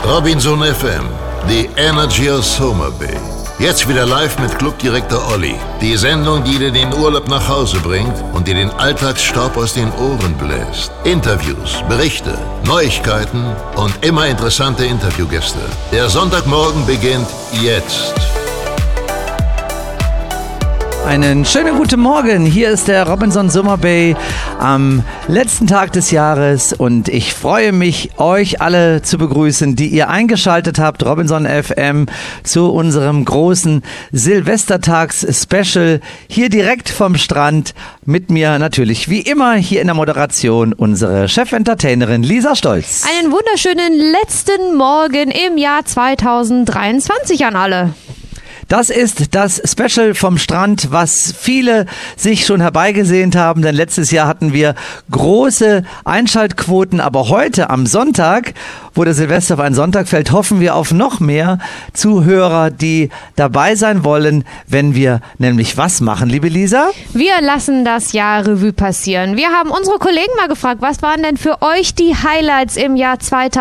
Robinson FM, the energy of Soma Bay. Jetzt wieder live mit Clubdirektor Olli. Die Sendung, die dir den Urlaub nach Hause bringt und dir den Alltagsstaub aus den Ohren bläst. Interviews, Berichte, Neuigkeiten und immer interessante Interviewgäste. Der Sonntagmorgen beginnt jetzt. Einen schönen guten Morgen, hier ist der Robinson Soma Bay am letzten Tag des Jahres und ich freue mich, euch alle zu begrüßen, die ihr eingeschaltet habt, Robinson FM, zu unserem großen Silvestertags-Special, hier direkt vom Strand, mit mir natürlich wie immer hier in der Moderation unsere Chefentertainerin Lisa Stolz. Einen wunderschönen letzten Morgen im Jahr 2023 an alle. Das ist das Special vom Strand, was viele sich schon herbeigesehnt haben, denn letztes Jahr hatten wir große Einschaltquoten, aber heute am Sonntag, wo der Silvester auf einen Sonntag fällt, hoffen wir auf noch mehr Zuhörer, die dabei sein wollen, wenn wir nämlich was machen, liebe Lisa? Wir lassen das Jahr Revue passieren. Wir haben unsere Kollegen mal gefragt, was waren denn für euch die Highlights im Jahr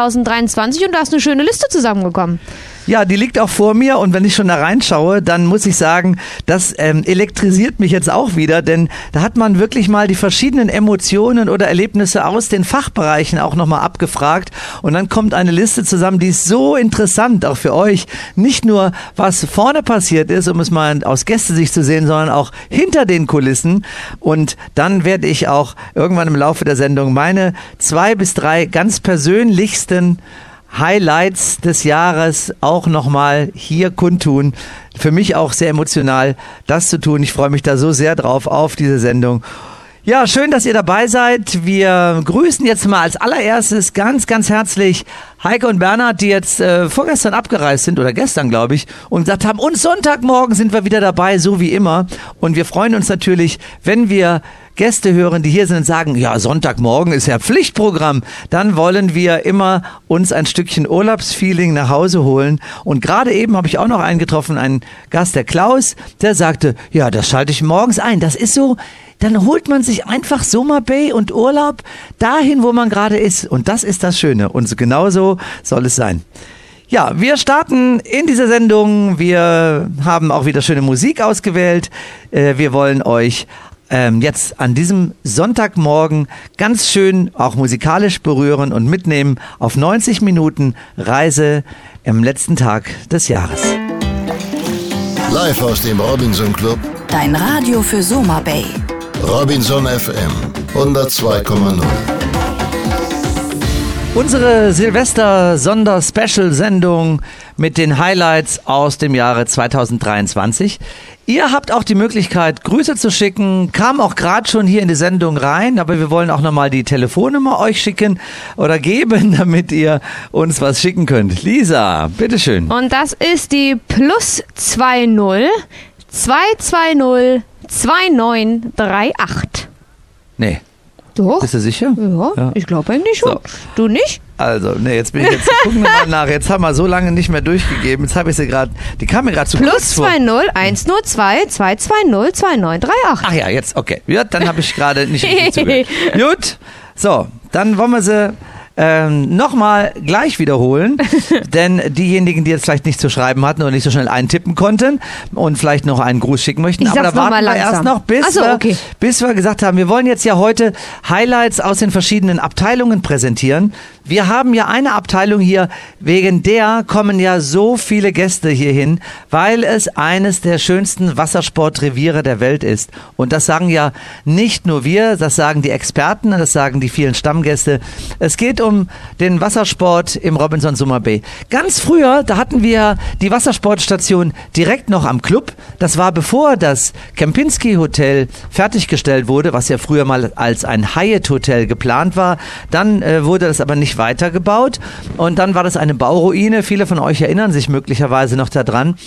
2023 und da ist eine schöne Liste zusammengekommen. Ja, die liegt auch vor mir und wenn ich schon da reinschaue, dann muss ich sagen, das elektrisiert mich jetzt auch wieder, denn da hat man wirklich mal die verschiedenen Emotionen oder Erlebnisse aus den Fachbereichen auch nochmal abgefragt und dann kommt eine Liste zusammen, die ist so interessant, auch für euch. Nicht nur, was vorne passiert ist, um es mal aus Gästesicht zu sehen, sondern auch hinter den Kulissen und dann werde ich auch irgendwann im Laufe der Sendung meine 2 bis 3 ganz persönlichsten Highlights des Jahres auch nochmal hier kundtun. Für mich auch sehr emotional, das zu tun. Ich freue mich da so sehr drauf auf diese Sendung. Ja, schön, dass ihr dabei seid. Wir grüßen jetzt mal als allererstes ganz, ganz herzlich Heike und Bernhard, die jetzt vorgestern abgereist sind oder gestern, glaube ich, und gesagt haben, und Sonntagmorgen sind wir wieder dabei, so wie immer. Und wir freuen uns natürlich, wenn wir Gäste hören, die hier sind und sagen, ja, Sonntagmorgen ist ja Pflichtprogramm, dann wollen wir immer uns ein Stückchen Urlaubsfeeling nach Hause holen. Und gerade eben habe ich auch noch einen getroffen, einen Gast, der Klaus, der sagte, ja, das schalte ich morgens ein. Das ist so, dann holt man sich einfach Soma Bay und Urlaub dahin, wo man gerade ist. Und das ist das Schöne. Und genauso soll es sein. Ja, wir starten in dieser Sendung. Wir haben auch wieder schöne Musik ausgewählt. Wir wollen euch jetzt an diesem Sonntagmorgen ganz schön auch musikalisch berühren und mitnehmen auf 90 Minuten Reise am letzten Tag des Jahres. Live aus dem Robinson Club. Dein Radio für Soma Bay. Robinson FM 102,0. Unsere Silvester-Sonder-Special-Sendung mit den Highlights aus dem Jahre 2023. Ihr habt auch die Möglichkeit, Grüße zu schicken, kam auch gerade schon hier in die Sendung rein, aber wir wollen auch nochmal die Telefonnummer euch schicken oder geben, damit ihr uns was schicken könnt. Lisa, bitteschön. Und das ist die +20 220 2938. Nee. Doch. Bist du sicher? Ja. Ich glaube eigentlich schon. So. Du nicht? Also, nee, jetzt bin ich jetzt, gucken wir mal nach. Jetzt haben wir so lange nicht mehr durchgegeben. Jetzt habe ich sie gerade, die kam mir gerade zu kurz vor. +20 102 220 2938. Ach ja, jetzt, okay. Ja, dann habe ich gerade nicht richtig zugehört. Gut, so, dann wollen wir sie nochmal gleich wiederholen, denn diejenigen, die jetzt vielleicht nicht zu schreiben hatten oder nicht so schnell eintippen konnten und vielleicht noch einen Gruß schicken möchten, aber da warten wir erst noch, bis wir gesagt haben, wir wollen jetzt ja heute Highlights aus den verschiedenen Abteilungen präsentieren. Wir haben ja eine Abteilung hier, wegen der kommen ja so viele Gäste hierhin, weil es eines der schönsten Wassersportreviere der Welt ist. Und das sagen ja nicht nur wir, das sagen die Experten, das sagen die vielen Stammgäste. Es geht um den Wassersport im Robinson Soma Bay. Ganz früher, da hatten wir die Wassersportstation direkt noch am Club. Das war bevor das Kempinski Hotel fertiggestellt wurde, was ja früher mal als ein Hyatt Hotel geplant war. Dann wurde das aber nicht weitergebaut und dann war das eine Bauruine. Viele von euch erinnern sich möglicherweise noch daran.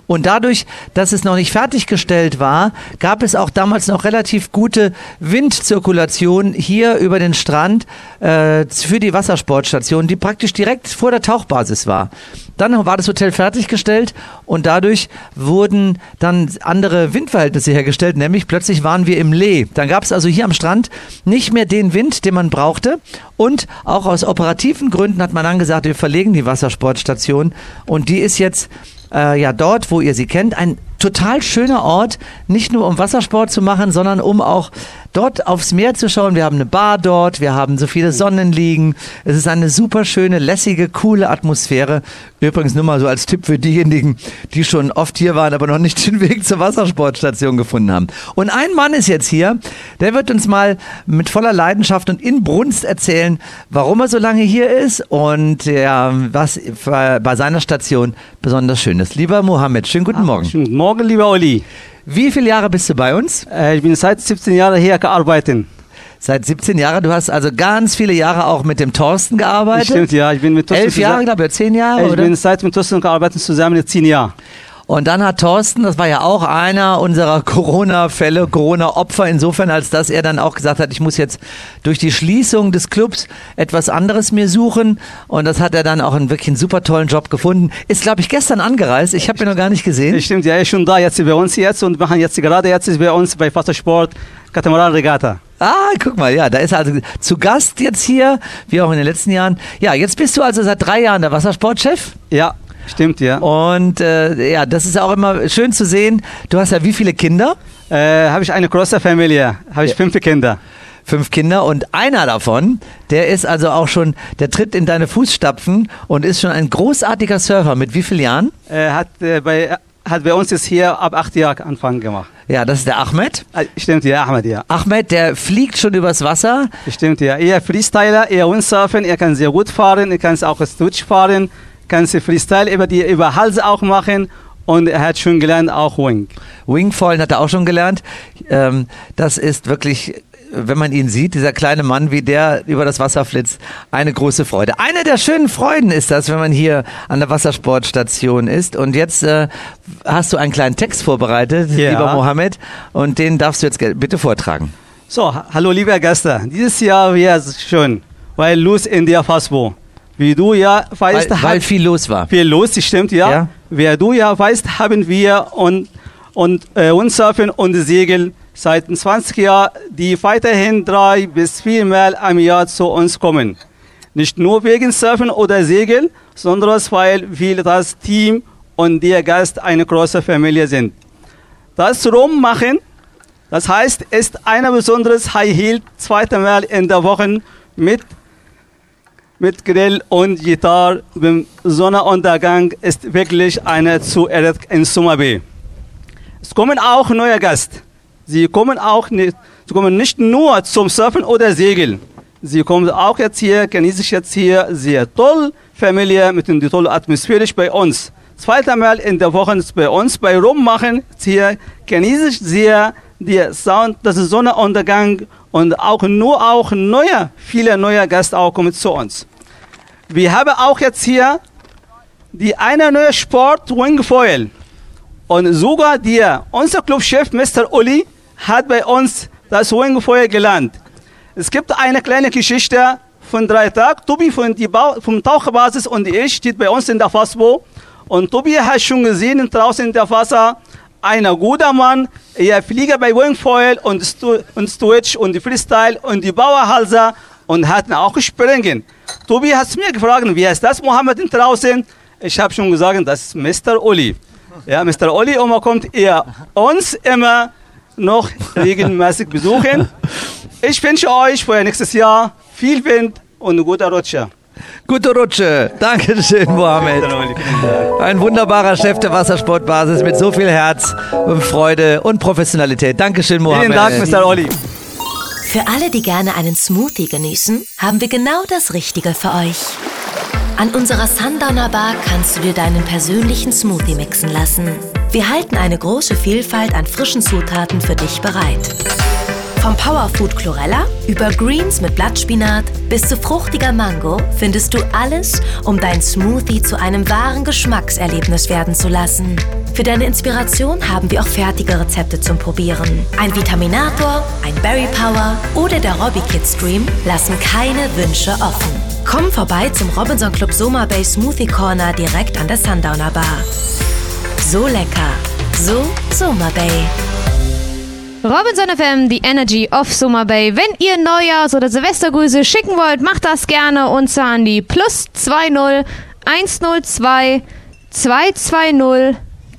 Und dadurch, dass es noch nicht fertiggestellt war, gab es auch damals noch relativ gute Windzirkulation hier über den Strand für die Wassersportstation, die praktisch direkt vor der Tauchbasis war. Dann war das Hotel fertiggestellt und dadurch wurden dann andere Windverhältnisse hergestellt, nämlich plötzlich waren wir im Lee. Dann gab es also hier am Strand nicht mehr den Wind, den man brauchte, und auch aus operativen Gründen hat man dann gesagt, wir verlegen die Wassersportstation und die ist jetzt dort, wo ihr sie kennt, ein total schöner Ort, nicht nur um Wassersport zu machen, sondern um auch dort aufs Meer zu schauen. Wir haben eine Bar dort, wir haben so viele Sonnenliegen. Es ist eine super schöne, lässige, coole Atmosphäre. Übrigens nur mal so als Tipp für diejenigen, die schon oft hier waren, aber noch nicht den Weg zur Wassersportstation gefunden haben. Und ein Mann ist jetzt hier, der wird uns mal mit voller Leidenschaft und Inbrunst erzählen, warum er so lange hier ist und was bei seiner Station besonders schön ist. Lieber Mohammed, schönen guten Morgen. Schönen guten Morgen, lieber Olli. Wie viele Jahre bist du bei uns? Ich bin seit 17 Jahren hier gearbeitet. Seit 17 Jahren? Du hast also ganz viele Jahre auch mit dem Thorsten gearbeitet? Stimmt, ja. Ich bin mit Thorsten 11 Jahre, glaube ich, 10 Jahre, Ich oder? bin seit mit Thorsten gearbeitet zusammen 10 Jahre. Und dann hat Thorsten, das war ja auch einer unserer Corona-Fälle, Corona-Opfer, insofern, als dass er dann auch gesagt hat, ich muss jetzt durch die Schließung des Clubs etwas anderes mir suchen. Und das hat er dann auch wirklich einen super tollen Job gefunden. Ist, glaube ich, gestern angereist. Ich habe ihn noch gar nicht gesehen. Stimmt, ja, er ist schon da jetzt bei uns jetzt und machen jetzt gerade bei uns bei Wassersport Katamaran-Regatta. Ah, guck mal, ja, da ist er also zu Gast jetzt hier, wie auch in den letzten Jahren. Ja, jetzt bist du also seit 3 Jahren der Wassersportchef. Ja. Stimmt, ja. Und das ist auch immer schön zu sehen. Du hast ja wie viele Kinder? Habe ich eine große Familie, habe ich 5 Kinder. 5 Kinder und einer davon, der ist also auch schon, der tritt in deine Fußstapfen und ist schon ein großartiger Surfer. Mit wie vielen Jahren? Hat bei uns jetzt hier ab 8 Jahren Anfang gemacht. Ja, das ist der Ahmed. Stimmt, ja, Ahmed, ja. Ahmed, der fliegt schon übers Wasser. Stimmt, ja. Er Freestyler, er Windsurfen, er kann sehr gut fahren, er kann auch Switch fahren. Kannst du Freestyle über Hals auch machen und er hat schon gelernt auch Wing. Wingfallen hat er auch schon gelernt. Das ist wirklich, wenn man ihn sieht, dieser kleine Mann, wie der über das Wasser flitzt, eine große Freude. Eine der schönen Freuden ist das, wenn man hier an der Wassersportstation ist. Und jetzt hast du einen kleinen Text vorbereitet, lieber Mohammed, und den darfst du jetzt bitte vortragen. So, hallo liebe Gäste. Dieses Jahr wäre es schön, weil los in der Fasbo. Wie du ja weißt, weil viel los war. Viel los, das stimmt, ja. Wie du ja weißt, haben wir Windsurfen und Segel seit 20 Jahren, die weiterhin 3 bis 4 Mal am Jahr zu uns kommen. Nicht nur wegen Surfen oder Segel, sondern weil wir das Team und der Gast eine große Familie sind. Das Rummachen, das heißt, ist ein besonderes High-Heel, 2. Mal in der Woche mit Grill und Gitarre beim Sonnenuntergang ist wirklich eine zu erlebt in Summer Bay. Es kommen auch neue Gäste. Sie kommen nicht nur zum Surfen oder Segeln. Sie kommen auch jetzt hier, genießen jetzt hier sehr toll Familie mit einer tollen Atmosphäre bei uns. 2. Mal in der Woche bei uns bei Rummachen hier genieße ich sehr der Sound, das Sonnenuntergang und viele neue Gäste auch kommen zu uns. Wir haben auch jetzt hier eine neue Sport Wingfoil und sogar unser Clubchef Mr. Olli hat bei uns das Wingfoil gelernt. Es gibt eine kleine Geschichte von 3 Tagen. Tobi vom Tauchbasis und ich steht bei uns in der Fasbo und Tobi hat schon gesehen draußen in der Wasser ein guter Mann, er fliegt bei Wingfoil und Switch und die Freestyle und die Bauerhalser und hat auch springen. Tobi hat mir gefragt, wie heißt das Mohammed draußen? Ich habe schon gesagt, das ist Mr. Olli. Ja, Mr. Olli, und kommt uns immer noch regelmäßig besuchen. Ich wünsche euch für nächstes Jahr viel Wind und eine gute Rutsche. Gute Rutsche. Dankeschön, Mohammed. Ein wunderbarer Chef der Wassersportbasis mit so viel Herz und Freude und Professionalität. Dankeschön, Mohammed. Vielen Dank, Mr. Olli. Für alle, die gerne einen Smoothie genießen, haben wir genau das Richtige für euch. An unserer Sundowner Bar kannst du dir deinen persönlichen Smoothie mixen lassen. Wir halten eine große Vielfalt an frischen Zutaten für dich bereit. Vom Powerfood Chlorella über Greens mit Blattspinat bis zu fruchtiger Mango findest du alles, um dein Smoothie zu einem wahren Geschmackserlebnis werden zu lassen. Für deine Inspiration haben wir auch fertige Rezepte zum Probieren. Ein Vitaminator, ein Berry Power oder der Robby Kids Stream lassen keine Wünsche offen. Komm vorbei zum Robinson Club Soma Bay Smoothie Corner direkt an der Sundowner Bar. So lecker, so Soma Bay. Robinson FM, die Energy of Soma Bay. Wenn ihr Neujahrs- oder Silvestergrüße schicken wollt, macht das gerne und zwar an die +20 102 220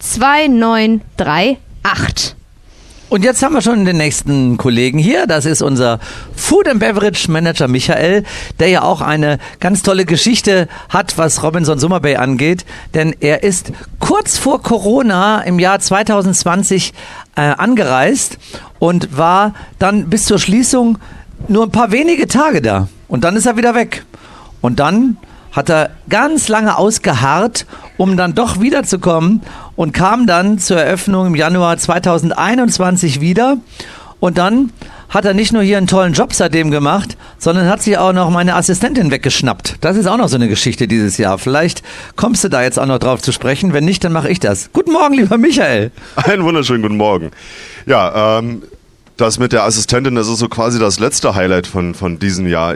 2938. Und jetzt haben wir schon den nächsten Kollegen hier. Das ist unser Food and Beverage Manager Michael, der ja auch eine ganz tolle Geschichte hat, was Robinson Soma Bay angeht. Denn er ist kurz vor Corona im Jahr 2020 angereist und war dann bis zur Schließung nur ein paar wenige Tage da. Und dann ist er wieder weg. Und dann hat er ganz lange ausgeharrt, um dann doch wiederzukommen und kam dann zur Eröffnung im Januar 2021 wieder. Und dann hat er nicht nur hier einen tollen Job seitdem gemacht, sondern hat sich auch noch meine Assistentin weggeschnappt. Das ist auch noch so eine Geschichte dieses Jahr. Vielleicht kommst du da jetzt auch noch drauf zu sprechen. Wenn nicht, dann mache ich das. Guten Morgen, lieber Michael. Einen wunderschönen guten Morgen. Ja, das mit der Assistentin, das ist so quasi das letzte Highlight von diesem Jahr.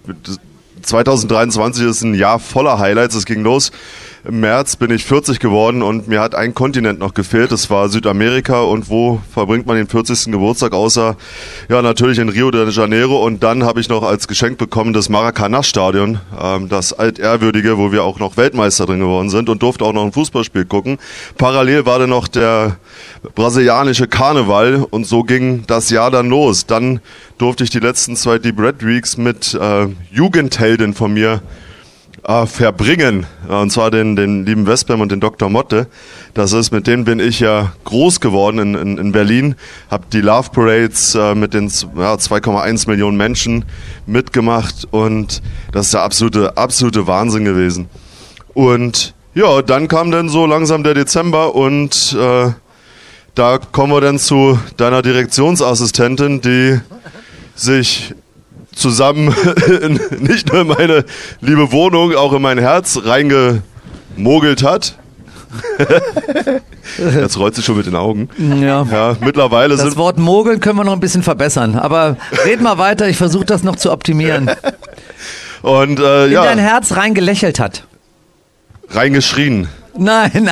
2023 ist ein Jahr voller Highlights. Es ging los. Im März bin ich 40 geworden und mir hat ein Kontinent noch gefehlt. Das war Südamerika. Und wo verbringt man den 40. Geburtstag außer, ja, natürlich in Rio de Janeiro. Und dann habe ich noch als Geschenk bekommen das Maracanã-Stadion, das altehrwürdige, wo wir auch noch Weltmeister drin geworden sind und durfte auch noch ein Fußballspiel gucken. Parallel war dann noch der brasilianische Karneval und so ging das Jahr dann los. Dann durfte ich die letzten 2 Deep Red Weeks mit Jugendhelden von mir verbringen, und zwar den lieben Westbam und den Dr. Motte. Mit denen bin ich ja groß geworden in Berlin, habe die Love Parades mit den 2,1 Millionen Menschen mitgemacht und das ist der absolute Wahnsinn gewesen. Und ja, dann kam dann so langsam der Dezember und da kommen wir dann zu deiner Direktionsassistentin, die sich zusammen nicht nur in meine liebe Wohnung, auch in mein Herz reingemogelt hat. Jetzt rollt sie schon mit den Augen. Ja, mittlerweile das Wort mogeln können wir noch ein bisschen verbessern, aber red mal weiter, ich versuche das noch zu optimieren. Und in dein Herz reingelächelt hat. Reingeschrien. Nein.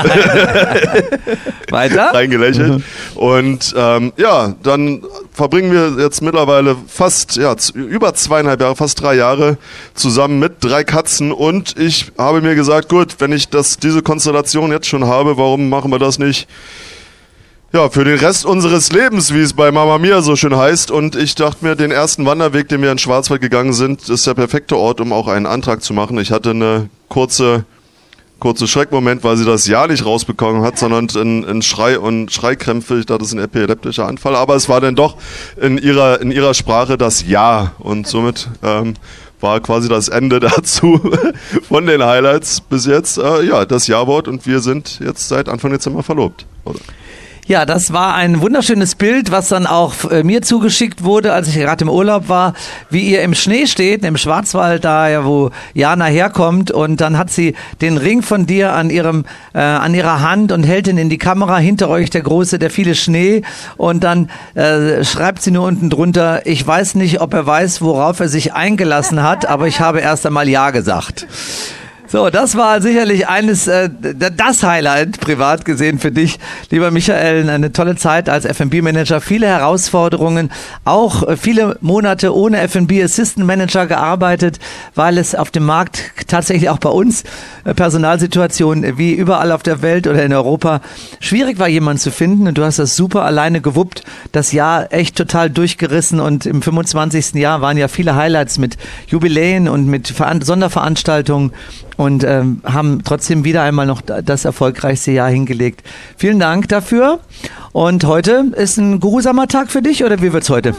Weiter? Reingelächelt. Und dann verbringen wir jetzt mittlerweile fast, über 2,5 Jahre, fast 3 Jahre zusammen mit 3 Katzen. Und ich habe mir gesagt, gut, wenn ich diese Konstellation jetzt schon habe, warum machen wir das nicht für den Rest unseres Lebens, wie es bei Mama Mia so schön heißt. Und ich dachte mir, den ersten Wanderweg, den wir in Schwarzwald gegangen sind, ist der perfekte Ort, um auch einen Antrag zu machen. Ich hatte eine kurze Schreckmoment, weil sie das Ja nicht rausbekommen hat, sondern in Schrei und Schreikrämpfe. Ich dachte, das ist ein epileptischer Anfall, aber es war dann doch in ihrer Sprache das Ja und somit war quasi das Ende dazu von den Highlights bis jetzt. Das Ja-Wort und wir sind jetzt seit Anfang Dezember verlobt, oder? Ja, das war ein wunderschönes Bild, was dann auch mir zugeschickt wurde, als ich gerade im Urlaub war, wie ihr im Schnee steht, im Schwarzwald, da ja, wo Jana herkommt, und dann hat sie den Ring von dir an ihrer Hand und hält ihn in die Kamera, hinter euch der viele Schnee, und dann schreibt sie nur unten drunter: Ich weiß nicht, ob er weiß, worauf er sich eingelassen hat, aber ich habe erst einmal Ja gesagt. So, das war sicherlich das Highlight, privat gesehen, für dich, lieber Michael. Eine tolle Zeit als F&B-Manager, viele Herausforderungen, auch viele Monate ohne F&B-Assistant-Manager gearbeitet, weil es auf dem Markt tatsächlich auch bei uns Personalsituationen wie überall auf der Welt oder in Europa schwierig war, jemanden zu finden. Und du hast das super alleine gewuppt, das Jahr echt total durchgerissen, und im 25. Jahr waren ja viele Highlights mit Jubiläen und mit Sonderveranstaltungen. Und haben trotzdem wieder einmal noch das erfolgreichste Jahr hingelegt. Vielen Dank dafür. Und heute ist ein geruhsamer Tag für dich, oder wie wird's heute?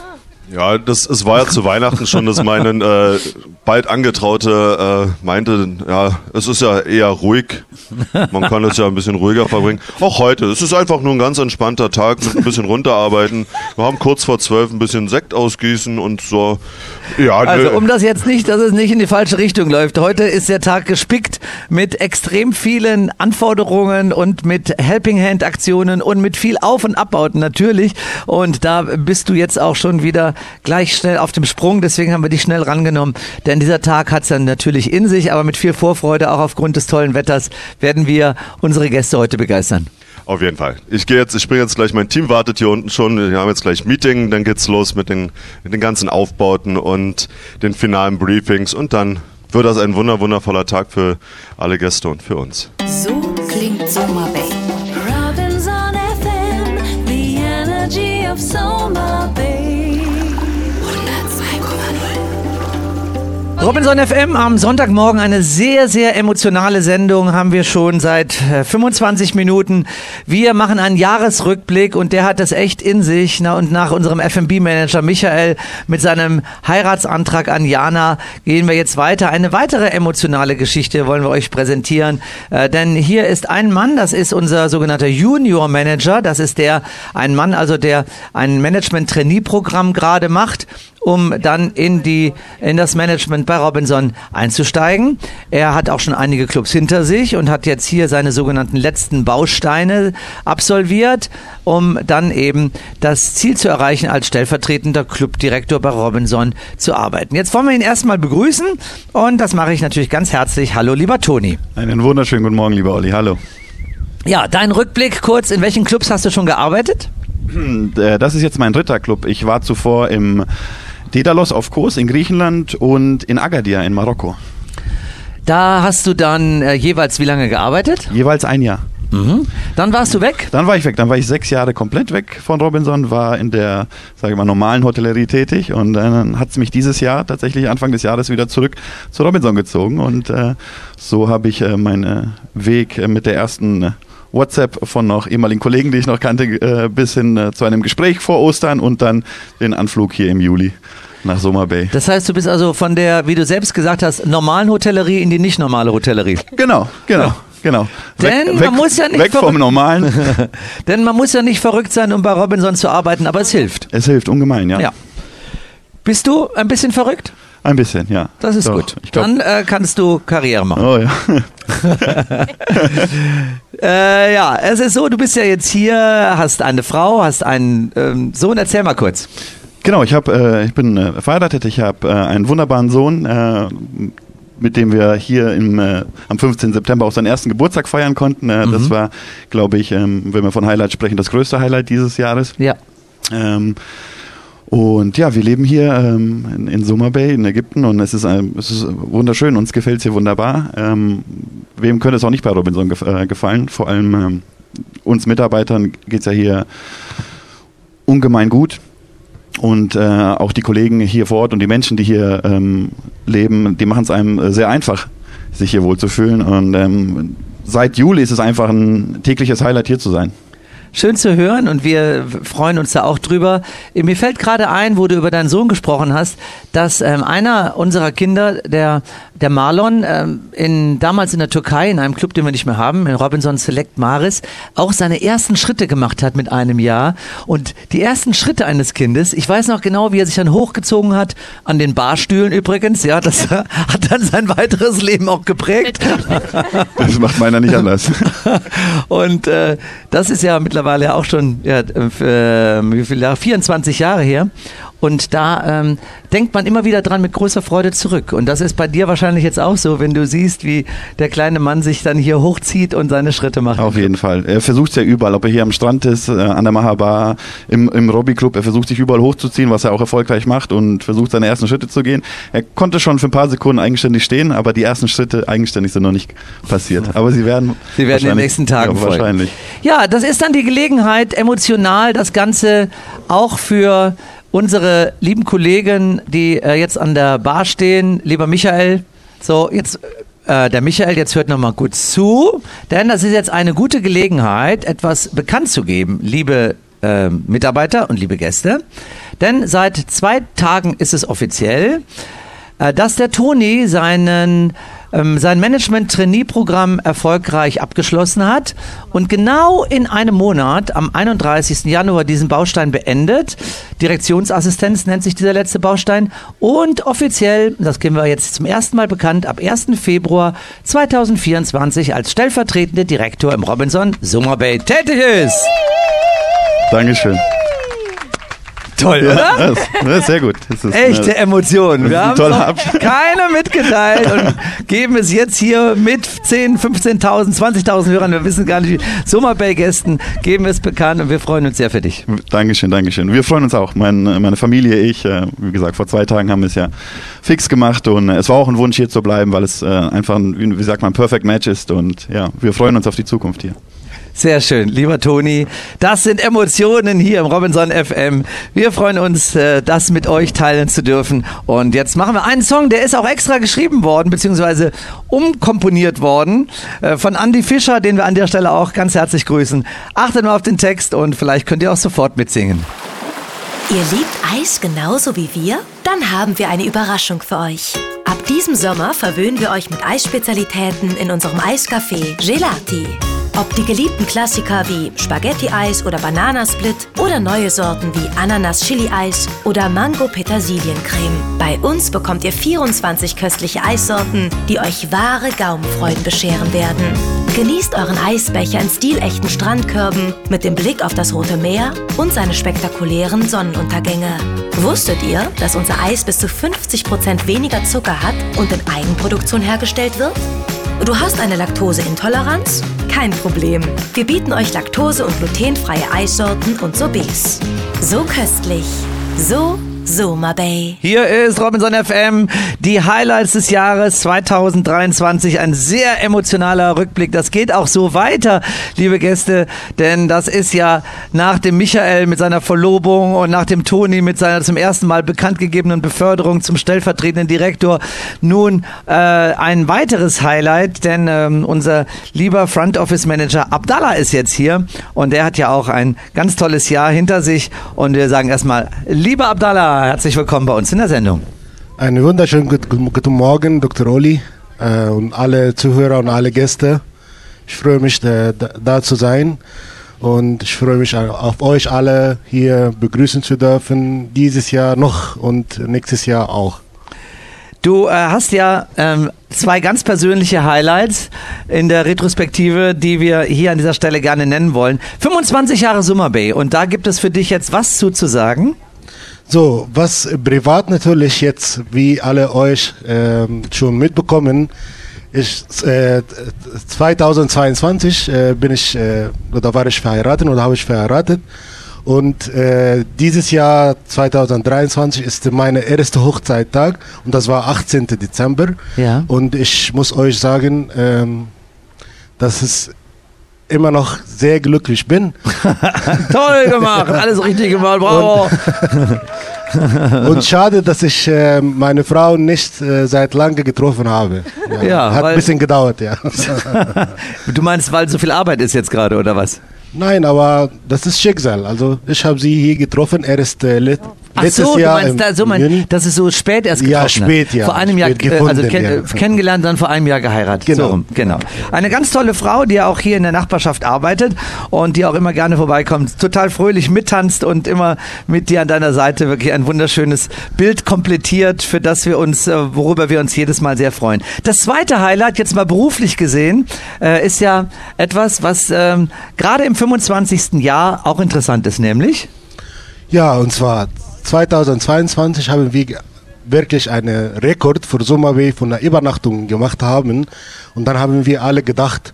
Ja, es war ja zu Weihnachten schon, dass meine bald Angetraute meinte, ja, es ist ja eher ruhig. Man kann es ja ein bisschen ruhiger verbringen. Auch heute. Es ist einfach nur ein ganz entspannter Tag mit ein bisschen runterarbeiten. Wir haben kurz vor 12 ein bisschen Sekt ausgießen und so. Ja, also um das jetzt nicht, dass es nicht in die falsche Richtung läuft. Heute ist der Tag gespickt mit extrem vielen Anforderungen und mit Helping-Hand-Aktionen und mit viel Auf- und Abbauten natürlich. Und da bist du jetzt auch schon wieder gleich schnell auf dem Sprung, deswegen haben wir dich schnell rangenommen, denn dieser Tag hat es dann natürlich in sich, aber mit viel Vorfreude, auch aufgrund des tollen Wetters, werden wir unsere Gäste heute begeistern. Auf jeden Fall. Ich springe jetzt gleich, mein Team wartet hier unten schon, wir haben jetzt gleich Meeting, dann geht's los mit den ganzen Aufbauten und den finalen Briefings und dann wird das ein wundervoller Tag für alle Gäste und für uns. So klingt Soma Bay. Robinson FM, the energy of Soma Bay. Robinson FM am Sonntagmorgen, eine sehr, sehr emotionale Sendung haben wir schon seit 25 Minuten. Wir machen einen Jahresrückblick und der hat das echt in sich. Und nach unserem F&B-Manager Michael mit seinem Heiratsantrag an Jana gehen wir jetzt weiter. Eine weitere emotionale Geschichte wollen wir euch präsentieren, denn hier ist ein Mann, das ist unser sogenannter Junior-Manager. Das ist ein Mann, also der ein Management-Trainee-Programm gerade macht, um dann in das Management bei Robinson einzusteigen. Er hat auch schon einige Clubs hinter sich und hat jetzt hier seine sogenannten letzten Bausteine absolviert, um dann eben das Ziel zu erreichen, als stellvertretender Clubdirektor bei Robinson zu arbeiten. Jetzt wollen wir ihn erstmal begrüßen und das mache ich natürlich ganz herzlich. Hallo, lieber Toni. Einen wunderschönen guten Morgen, lieber Olli. Hallo. Ja, dein Rückblick kurz. In welchen Clubs hast du schon gearbeitet? Das ist jetzt mein dritter Club. Ich war zuvor im Daedalus auf Kos in Griechenland und in Agadir in Marokko. Da hast du dann jeweils wie lange gearbeitet? Jeweils ein Jahr. Mhm. Dann warst du weg? Dann war ich weg. Dann war ich 6 Jahre komplett weg von Robinson, war in der, sage ich mal, normalen Hotellerie tätig und dann hat es mich dieses Jahr, tatsächlich Anfang des Jahres, wieder zurück zu Robinson gezogen und so habe ich meinen Weg mit der ersten WhatsApp von noch ehemaligen Kollegen, die ich noch kannte, bis hin zu einem Gespräch vor Ostern und dann den Anflug hier im Juli nach Soma Bay. Das heißt, du bist also von der, wie du selbst gesagt hast, normalen Hotellerie in die nicht normale Hotellerie. Genau. Denn man muss ja nicht weg vom Normalen. Denn man muss ja nicht verrückt sein, um bei Robinson zu arbeiten, aber es hilft. Es hilft ungemein, ja. Bist du ein bisschen verrückt? Ein bisschen, ja. Das ist gut. Dann kannst du Karriere machen. Oh ja. Ja, es ist so, du bist ja jetzt hier, hast eine Frau, hast einen Sohn. Erzähl mal kurz. Genau, ich bin verheiratet, ich habe einen wunderbaren Sohn, mit dem wir hier am 15. September auch seinen ersten Geburtstag feiern konnten. Das war, glaube ich, wenn wir von Highlights sprechen, das größte Highlight dieses Jahres. Ja. Und ja, wir leben hier in Soma Bay in Ägypten und es ist wunderschön, uns gefällt es hier wunderbar. Wem könnte es auch nicht bei Robinson gefallen? Vor allem uns Mitarbeitern geht es ja hier ungemein gut. Und auch die Kollegen hier vor Ort und die Menschen, die hier leben, die machen es einem sehr einfach, sich hier wohlzufühlen. Und seit Juli ist es einfach ein tägliches Highlight, hier zu sein. Schön zu hören und wir freuen uns da auch drüber. Mir fällt gerade ein, wo du über deinen Sohn gesprochen hast, dass einer unserer Kinder, der Marlon, damals in der Türkei, in einem Club, den wir nicht mehr haben, in Robinson Select Maris, auch seine ersten Schritte gemacht hat mit einem Jahr. Und die ersten Schritte eines Kindes, ich weiß noch genau, wie er sich dann hochgezogen hat, an den Barstühlen übrigens, ja, das hat dann sein weiteres Leben auch geprägt. Das macht meiner nicht anders. Und das ist ja mittlerweile auch schon wie viele Jahre? 24 Jahre her. Und da denkt man immer wieder dran mit großer Freude zurück. Und das ist bei dir wahrscheinlich jetzt auch so, wenn du siehst, wie der kleine Mann sich dann hier hochzieht und seine Schritte macht. Auf jeden Fall. Er versucht es ja überall, ob er hier am Strand ist, an der Mahabar, im Robby Club. Er versucht sich überall hochzuziehen, was er auch erfolgreich macht und versucht seine ersten Schritte zu gehen. Er konnte schon für ein paar Sekunden eigenständig stehen, aber die ersten Schritte eigenständig sind noch nicht passiert. Aber sie werden in den nächsten Tagen folgen. Wahrscheinlich. Ja, das ist dann die Gelegenheit, emotional das Ganze auch für unsere lieben Kollegen, die jetzt an der Bar stehen, lieber Michael, so jetzt der Michael, jetzt hört nochmal gut zu, denn das ist jetzt eine gute Gelegenheit, etwas bekannt zu geben, liebe Mitarbeiter und liebe Gäste. Denn seit 2 Tagen ist es offiziell, dass der Toni sein Management-Trainee-Programm erfolgreich abgeschlossen hat und genau in einem Monat, am 31. Januar, diesen Baustein beendet. Direktionsassistenz nennt sich dieser letzte Baustein. Und offiziell, das geben wir jetzt zum ersten Mal bekannt, ab 1. Februar 2024 als stellvertretender Direktor im Robinson Summer Bay tätig ist. Dankeschön. Toll, oder? Das ist sehr gut. Das ist echte Emotionen. Wir haben toller noch keiner mitgeteilt und geben es jetzt hier mit 10, 15.000, 20.000 Hörern, wir wissen gar nicht, Summer Bay Gästen, geben wir es bekannt und wir freuen uns sehr für dich. Dankeschön. Wir freuen uns auch. Meine Familie, ich, wie gesagt, vor 2 Tagen haben wir es ja fix gemacht und es war auch ein Wunsch, hier zu bleiben, weil es einfach ein, wie sagt man, Perfect Match ist und ja, wir freuen uns auf die Zukunft hier. Sehr schön, lieber Toni. Das sind Emotionen hier im Robinson FM. Wir freuen uns, das mit euch teilen zu dürfen. Und jetzt machen wir einen Song, der ist auch extra geschrieben worden, beziehungsweise umkomponiert worden von Andy Fischer, den wir an der Stelle auch ganz herzlich grüßen. Achtet mal auf den Text und vielleicht könnt ihr auch sofort mitsingen. Ihr liebt Eis genauso wie wir? Dann haben wir eine Überraschung für euch. Ab diesem Sommer verwöhnen wir euch mit Eisspezialitäten in unserem Eiscafé Gelati. Ob die geliebten Klassiker wie Spaghetti-Eis oder Bananasplit oder neue Sorten wie Ananas-Chili-Eis oder Mango-Petersiliencreme. Bei uns bekommt ihr 24 köstliche Eissorten, die euch wahre Gaumenfreuden bescheren werden. Genießt euren Eisbecher in stilechten Strandkörben mit dem Blick auf das Rote Meer und seine spektakulären Sonnenuntergänge. Wusstet ihr, dass unser Eis bis zu 50% weniger Zucker hat und in Eigenproduktion hergestellt wird? Du hast eine Laktoseintoleranz? Kein Problem. Wir bieten euch laktose- und glutenfreie Eissorten und Sorbets. So köstlich. So Summer Bay. Hier ist Robinson FM, die Highlights des Jahres 2023, ein sehr emotionaler Rückblick. Das geht auch so weiter, liebe Gäste, denn das ist ja nach dem Michael mit seiner Verlobung und nach dem Toni mit seiner zum ersten Mal bekannt gegebenen Beförderung zum stellvertretenden Direktor nun ein weiteres Highlight, denn unser lieber Front Office Manager Abdallah ist jetzt hier und der hat ja auch ein ganz tolles Jahr hinter sich und wir sagen erstmal, lieber Abdallah, herzlich willkommen bei uns in der Sendung. Einen wunderschönen guten Morgen, Dr. Oli und alle Zuhörer und alle Gäste. Ich freue mich, da zu sein und ich freue mich auf euch alle hier begrüßen zu dürfen, dieses Jahr noch und nächstes Jahr auch. Du hast ja 2 ganz persönliche Highlights in der Retrospektive, die wir hier an dieser Stelle gerne nennen wollen. 25 Jahre Summer Bay und da gibt es für dich jetzt was zu sagen? So, was privat natürlich jetzt, wie alle euch schon mitbekommen, ist 2022 war ich verheiratet oder habe ich verheiratet und dieses Jahr 2023 ist mein erster Hochzeittag und das war 18. Dezember Ja. Und ich muss euch sagen, dass es immer noch sehr glücklich bin. Toll gemacht, alles richtig gemacht, bravo. Und schade, dass ich meine Frau nicht seit lange getroffen habe. Ja, hat ein bisschen gedauert, ja. Du meinst, weil so viel Arbeit ist jetzt gerade, oder was? Nein, aber das ist Schicksal. Also ich habe sie hier getroffen. Er ist Ach letztes so, Jahr du meinst, dass es so spät erst getroffen Ja, spät, hat. ja. Vor einem Jahr, Spät gefunden, ja. Kennengelernt, dann vor einem Jahr geheiratet. Genau. So rum, genau. Eine ganz tolle Frau, die ja auch hier in der Nachbarschaft arbeitet und die auch immer gerne vorbeikommt, total fröhlich mittanzt und immer mit dir an deiner Seite wirklich ein wunderschönes Bild komplettiert, für das wir uns, worüber wir uns jedes Mal sehr freuen. Das zweite Highlight, jetzt mal beruflich gesehen, ist ja etwas, was gerade im 25. Jahr auch interessant ist, nämlich? Ja, und zwar 2022 haben wir wirklich einen Rekord für Summer Bay von der Übernachtung gemacht haben. Und dann haben wir alle gedacht,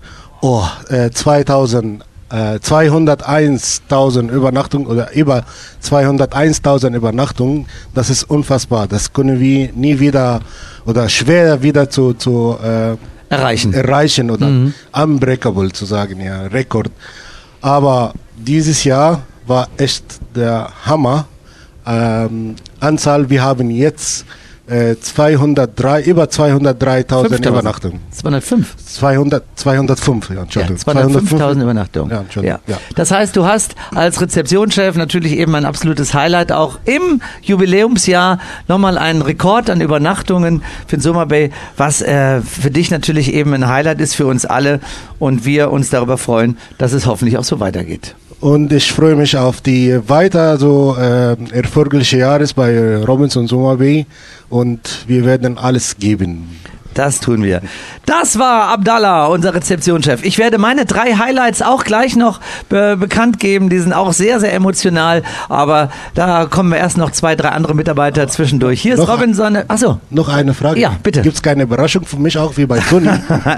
201.000 Übernachtungen oder über 201.000 Übernachtungen, das ist unfassbar. Das können wir nie wieder oder schwer wieder zu erreichen oder unbreakable zu sagen, ja, Rekord. Aber dieses Jahr war echt der Hammer. Anzahl, wir haben jetzt über 203.000 Übernachtungen. 205? 205, ja, Entschuldigung. Ja, 205.000 Übernachtungen. Ja, Entschuldigung. Ja. Das heißt, du hast als Rezeptionschef natürlich eben ein absolutes Highlight auch im Jubiläumsjahr nochmal einen Rekord an Übernachtungen für den Summer Bay, was für dich natürlich eben ein Highlight ist für uns alle und wir uns darüber freuen, dass es hoffentlich auch so weitergeht. Und ich freue mich auf die weiter so erfolgreiche Jahres bei Robinson Summer Bay und wir werden alles geben. Das tun wir. Das war Abdallah, unser Rezeptionschef. Ich werde meine 3 Highlights auch gleich noch bekannt geben. Die sind auch sehr, sehr emotional. Aber da kommen wir erst noch 2, 3 andere Mitarbeiter zwischendurch. Hier ist Robinson. Achso. Noch eine Frage. Ja, bitte. Gibt es keine Überraschung für mich auch wie bei Toni?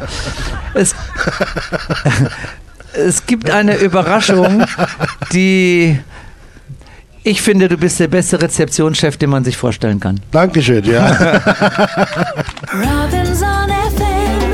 Es gibt eine Überraschung, die... Ich finde, du bist der beste Rezeptionschef, den man sich vorstellen kann. Dankeschön, ja. Robinson FM.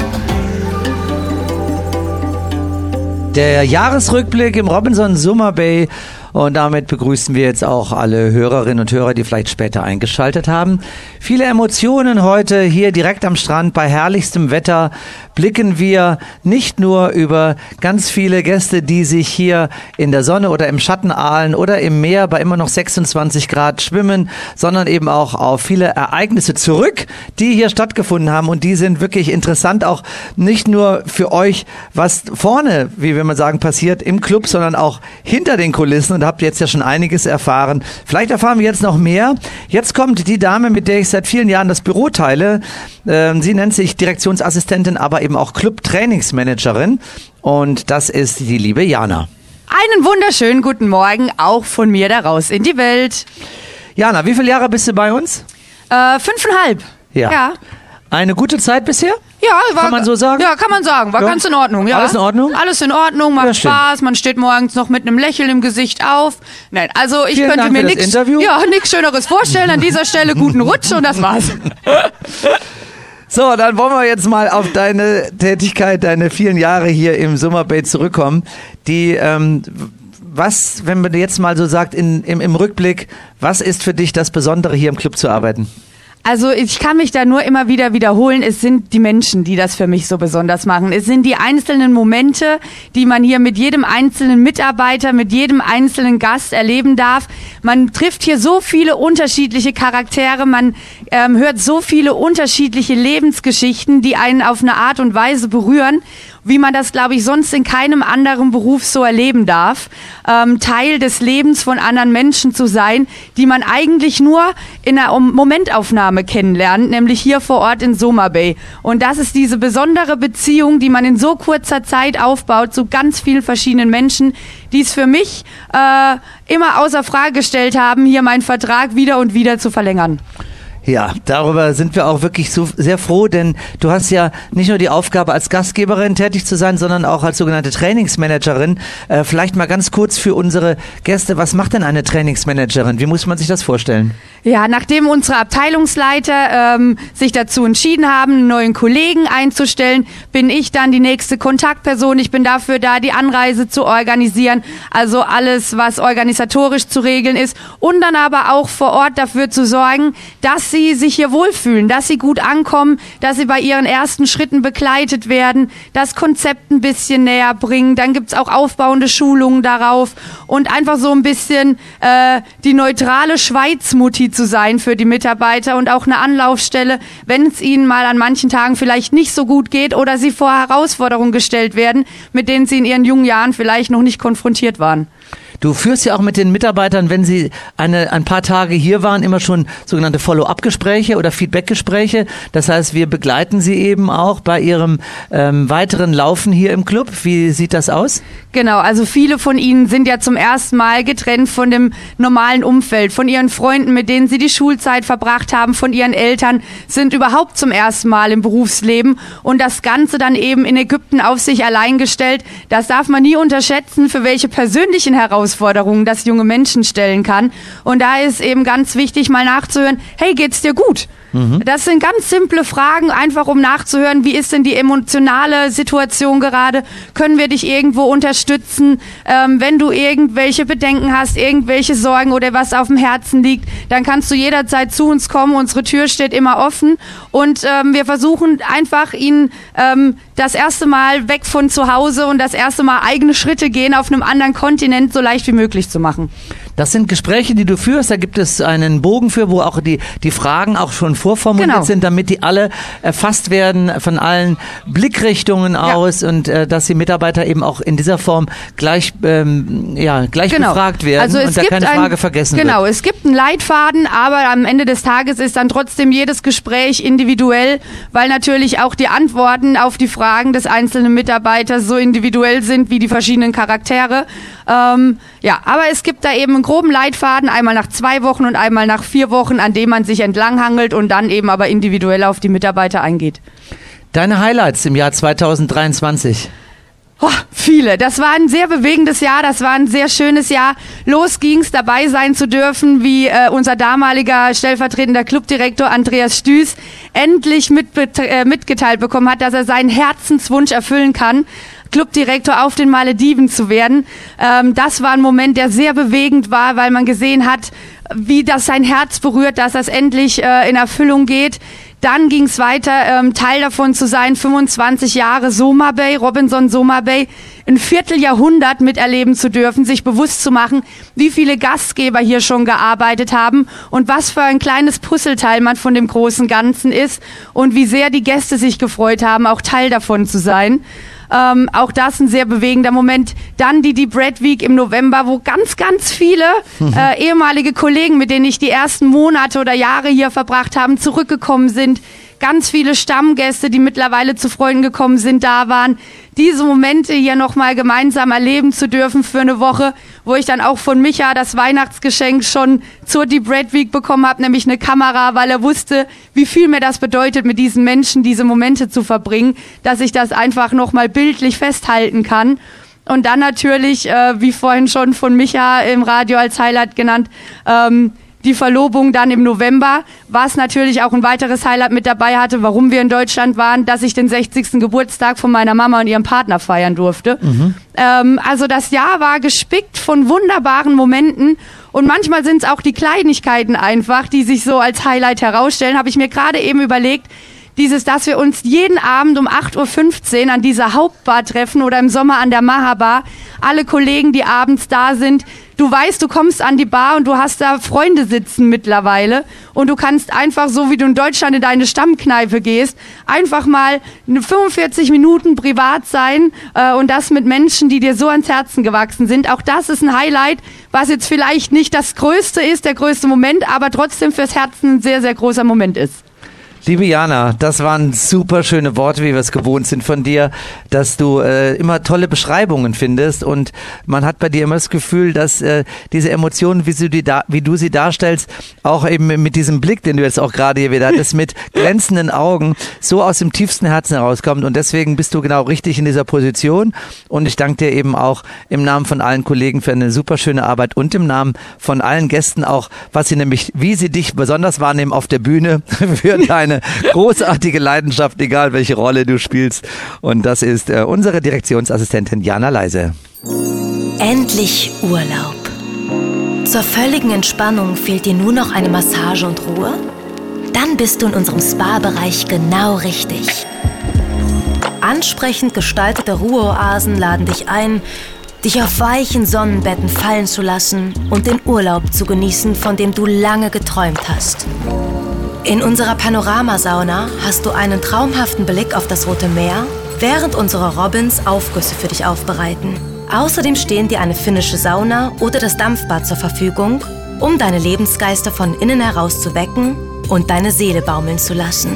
Der Jahresrückblick im Robinson Summer Bay. Und damit begrüßen wir jetzt auch alle Hörerinnen und Hörer, die vielleicht später eingeschaltet haben. Viele Emotionen heute hier direkt am Strand bei herrlichstem Wetter blicken wir nicht nur über ganz viele Gäste, die sich hier in der Sonne oder im Schatten ahlen oder im Meer bei immer noch 26 Grad schwimmen, sondern eben auch auf viele Ereignisse zurück, die hier stattgefunden haben. Und die sind wirklich interessant, auch nicht nur für euch, was vorne, wie wir mal sagen, passiert im Club, sondern auch hinter den Kulissen. Und habt jetzt ja schon einiges erfahren. Vielleicht erfahren wir jetzt noch mehr. Jetzt kommt die Dame, mit der ich seit vielen Jahren das Büro teile. Sie nennt sich Direktionsassistentin, aber eben auch Club-Trainingsmanagerin. Und das ist die liebe Jana. Einen wunderschönen guten Morgen, auch von mir da raus in die Welt. Jana, wie viele Jahre bist du bei uns? 5,5. Ja. Eine gute Zeit bisher? Ja, kann man so sagen? Ja, kann man sagen. War ganz in Ordnung. Ja. Alles in Ordnung? Alles in Ordnung, macht Spaß. Man steht morgens noch mit einem Lächeln im Gesicht auf. Nein, also ich könnte mir nichts Schöneres vorstellen. An dieser Stelle guten Rutsch und das war's. So, dann wollen wir jetzt mal auf deine Tätigkeit, deine vielen Jahre hier im Summer Bay zurückkommen. Die, was, wenn man jetzt mal so sagt, im Rückblick, was ist für dich das Besondere, hier im Club zu arbeiten? Also ich kann mich da nur immer wieder wiederholen, es sind die Menschen, die das für mich so besonders machen. Es sind die einzelnen Momente, die man hier mit jedem einzelnen Mitarbeiter, mit jedem einzelnen Gast erleben darf. Man trifft hier so viele unterschiedliche Charaktere, man hört so viele unterschiedliche Lebensgeschichten, die einen auf eine Art und Weise berühren, wie man das, glaube ich, sonst in keinem anderen Beruf so erleben darf. Teil des Lebens von anderen Menschen zu sein, die man eigentlich nur in einer Momentaufnahme kennenlernt, nämlich hier vor Ort in Summer Bay. Und das ist diese besondere Beziehung, die man in so kurzer Zeit aufbaut zu ganz vielen verschiedenen Menschen, die es für mich immer außer Frage gestellt haben, hier meinen Vertrag wieder und wieder zu verlängern. Ja, darüber sind wir auch wirklich so sehr froh, denn du hast ja nicht nur die Aufgabe, als Gastgeberin tätig zu sein, sondern auch als sogenannte Trainingsmanagerin. Vielleicht mal ganz kurz für unsere Gäste, was macht denn eine Trainingsmanagerin? Wie muss man sich das vorstellen? Ja, nachdem unsere Abteilungsleiter sich dazu entschieden haben, einen neuen Kollegen einzustellen, bin ich dann die nächste Kontaktperson. Ich bin dafür da, die Anreise zu organisieren, also alles, was organisatorisch zu regeln ist und dann aber auch vor Ort dafür zu sorgen, dass sie sich hier wohlfühlen, dass sie gut ankommen, dass sie bei ihren ersten Schritten begleitet werden, das Konzept ein bisschen näher bringen. Dann gibt's auch aufbauende Schulungen darauf und einfach so ein bisschen die neutrale Schweizmutti zu sein für die Mitarbeiter und auch eine Anlaufstelle, wenn es ihnen mal an manchen Tagen vielleicht nicht so gut geht oder sie vor Herausforderungen gestellt werden, mit denen sie in ihren jungen Jahren vielleicht noch nicht konfrontiert waren. Du führst ja auch mit den Mitarbeitern, wenn sie ein paar Tage hier waren, immer schon sogenannte Follow-up-Gespräche oder Feedback-Gespräche. Das heißt, wir begleiten sie eben auch bei ihrem weiteren Laufen hier im Club. Wie sieht das aus? Genau, also viele von ihnen sind ja zum ersten Mal getrennt von dem normalen Umfeld, von ihren Freunden, mit denen sie die Schulzeit verbracht haben, von ihren Eltern, sind überhaupt zum ersten Mal im Berufsleben und das Ganze dann eben in Ägypten auf sich allein gestellt. Das darf man nie unterschätzen, für welche persönlichen Herausforderungen das junge Menschen stellen kann. Und da ist eben ganz wichtig, mal nachzuhören, hey, geht's dir gut? Das sind ganz simple Fragen, einfach um nachzuhören, wie ist denn die emotionale Situation gerade? Können wir dich irgendwo unterstützen? Wenn du irgendwelche Bedenken hast, irgendwelche Sorgen oder was auf dem Herzen liegt, dann kannst du jederzeit zu uns kommen. Unsere Tür steht immer offen und wir versuchen einfach Ihnen das erste Mal weg von zu Hause und das erste Mal eigene Schritte gehen auf einem anderen Kontinent so leicht wie möglich zu machen. Das sind Gespräche, die du führst. Da gibt es einen Bogen für, wo auch die Fragen auch schon vorformuliert sind, damit die alle erfasst werden von allen Blickrichtungen aus und dass die Mitarbeiter eben auch in dieser Form gleich befragt werden also und da keine Frage vergessen wird. Genau, es gibt einen Leitfaden, aber am Ende des Tages ist dann trotzdem jedes Gespräch individuell, weil natürlich auch die Antworten auf die Fragen des einzelnen Mitarbeiters so individuell sind wie die verschiedenen Charaktere. Aber es gibt da eben einen groben Leitfaden, einmal nach 2 Wochen und einmal nach 4 Wochen, an dem man sich entlanghangelt und dann eben aber individuell auf die Mitarbeiter eingeht. Deine Highlights im Jahr 2023? Viele. Das war ein sehr bewegendes Jahr, das war ein sehr schönes Jahr. Los ging's, dabei sein zu dürfen, wie unser damaliger stellvertretender Clubdirektor Andreas Stüß endlich mitgeteilt bekommen hat, dass er seinen Herzenswunsch erfüllen kann, Clubdirektor auf den Malediven zu werden. Das war ein Moment, der sehr bewegend war, weil man gesehen hat, wie das sein Herz berührt, dass das endlich in Erfüllung geht. Dann ging es weiter, Teil davon zu sein, 25 Jahre Soma Bay, Robinson Soma Bay, ein Vierteljahrhundert miterleben zu dürfen, sich bewusst zu machen, wie viele Gastgeber hier schon gearbeitet haben und was für ein kleines Puzzleteil man von dem großen Ganzen ist und wie sehr die Gäste sich gefreut haben, auch Teil davon zu sein. Auch das ein sehr bewegender Moment. Dann die Bread Week im November, wo ganz, ganz viele ehemalige Kollegen, mit denen ich die ersten Monate oder Jahre hier verbracht habe, zurückgekommen sind. Ganz viele Stammgäste, die mittlerweile zu Freunden gekommen sind, da waren. Diese Momente hier nochmal gemeinsam erleben zu dürfen für eine Woche, wo ich dann auch von Micha das Weihnachtsgeschenk schon zur Die Bread Week bekommen habe, nämlich eine Kamera, weil er wusste, wie viel mir das bedeutet, mit diesen Menschen diese Momente zu verbringen, dass ich das einfach nochmal bildlich festhalten kann. Und dann natürlich, wie vorhin schon von Micha im Radio als Highlight genannt, die Verlobung dann im November, was natürlich auch ein weiteres Highlight mit dabei hatte, warum wir in Deutschland waren, dass ich den 60. Geburtstag von meiner Mama und ihrem Partner feiern durfte. Also das Jahr war gespickt von wunderbaren Momenten und manchmal sind es auch die Kleinigkeiten einfach, die sich so als Highlight herausstellen. Habe ich mir gerade eben überlegt, dass wir uns jeden Abend um 8:15 Uhr an dieser Hauptbar treffen oder im Sommer an der Maha-Bar. Alle Kollegen, die abends da sind. Du weißt, du kommst an die Bar und du hast da Freunde sitzen mittlerweile. Und du kannst einfach, so wie du in Deutschland in deine Stammkneipe gehst, einfach mal 45 Minuten privat sein und das mit Menschen, die dir so ans Herzen gewachsen sind. Auch das ist ein Highlight, was jetzt vielleicht nicht das Größte ist, der größte Moment, aber trotzdem fürs Herzen ein sehr, sehr großer Moment ist. Liebe Jana, das waren super schöne Worte, wie wir es gewohnt sind von dir, dass du immer tolle Beschreibungen findest und man hat bei dir immer das Gefühl, dass diese Emotionen, wie du sie darstellst, auch eben mit diesem Blick, den du jetzt auch gerade hier wieder hattest, mit glänzenden Augen, so aus dem tiefsten Herzen herauskommt und deswegen bist du genau richtig in dieser Position und ich danke dir eben auch im Namen von allen Kollegen für eine super schöne Arbeit und im Namen von allen Gästen auch, wie sie dich besonders wahrnehmen auf der Bühne für deine großartige Leidenschaft, egal welche Rolle du spielst. Und das ist unsere Direktionsassistentin Jana Leise. Endlich Urlaub. Zur völligen Entspannung fehlt dir nur noch eine Massage und Ruhe? Dann bist du in unserem Spa-Bereich genau richtig. Ansprechend gestaltete Ruheoasen laden dich ein, dich auf weichen Sonnenbetten fallen zu lassen und den Urlaub zu genießen, von dem du lange geträumt hast. In unserer Panoramasauna hast du einen traumhaften Blick auf das Rote Meer, während unsere Robins Aufgüsse für dich aufbereiten. Außerdem stehen dir eine finnische Sauna oder das Dampfbad zur Verfügung, um deine Lebensgeister von innen heraus zu wecken und deine Seele baumeln zu lassen.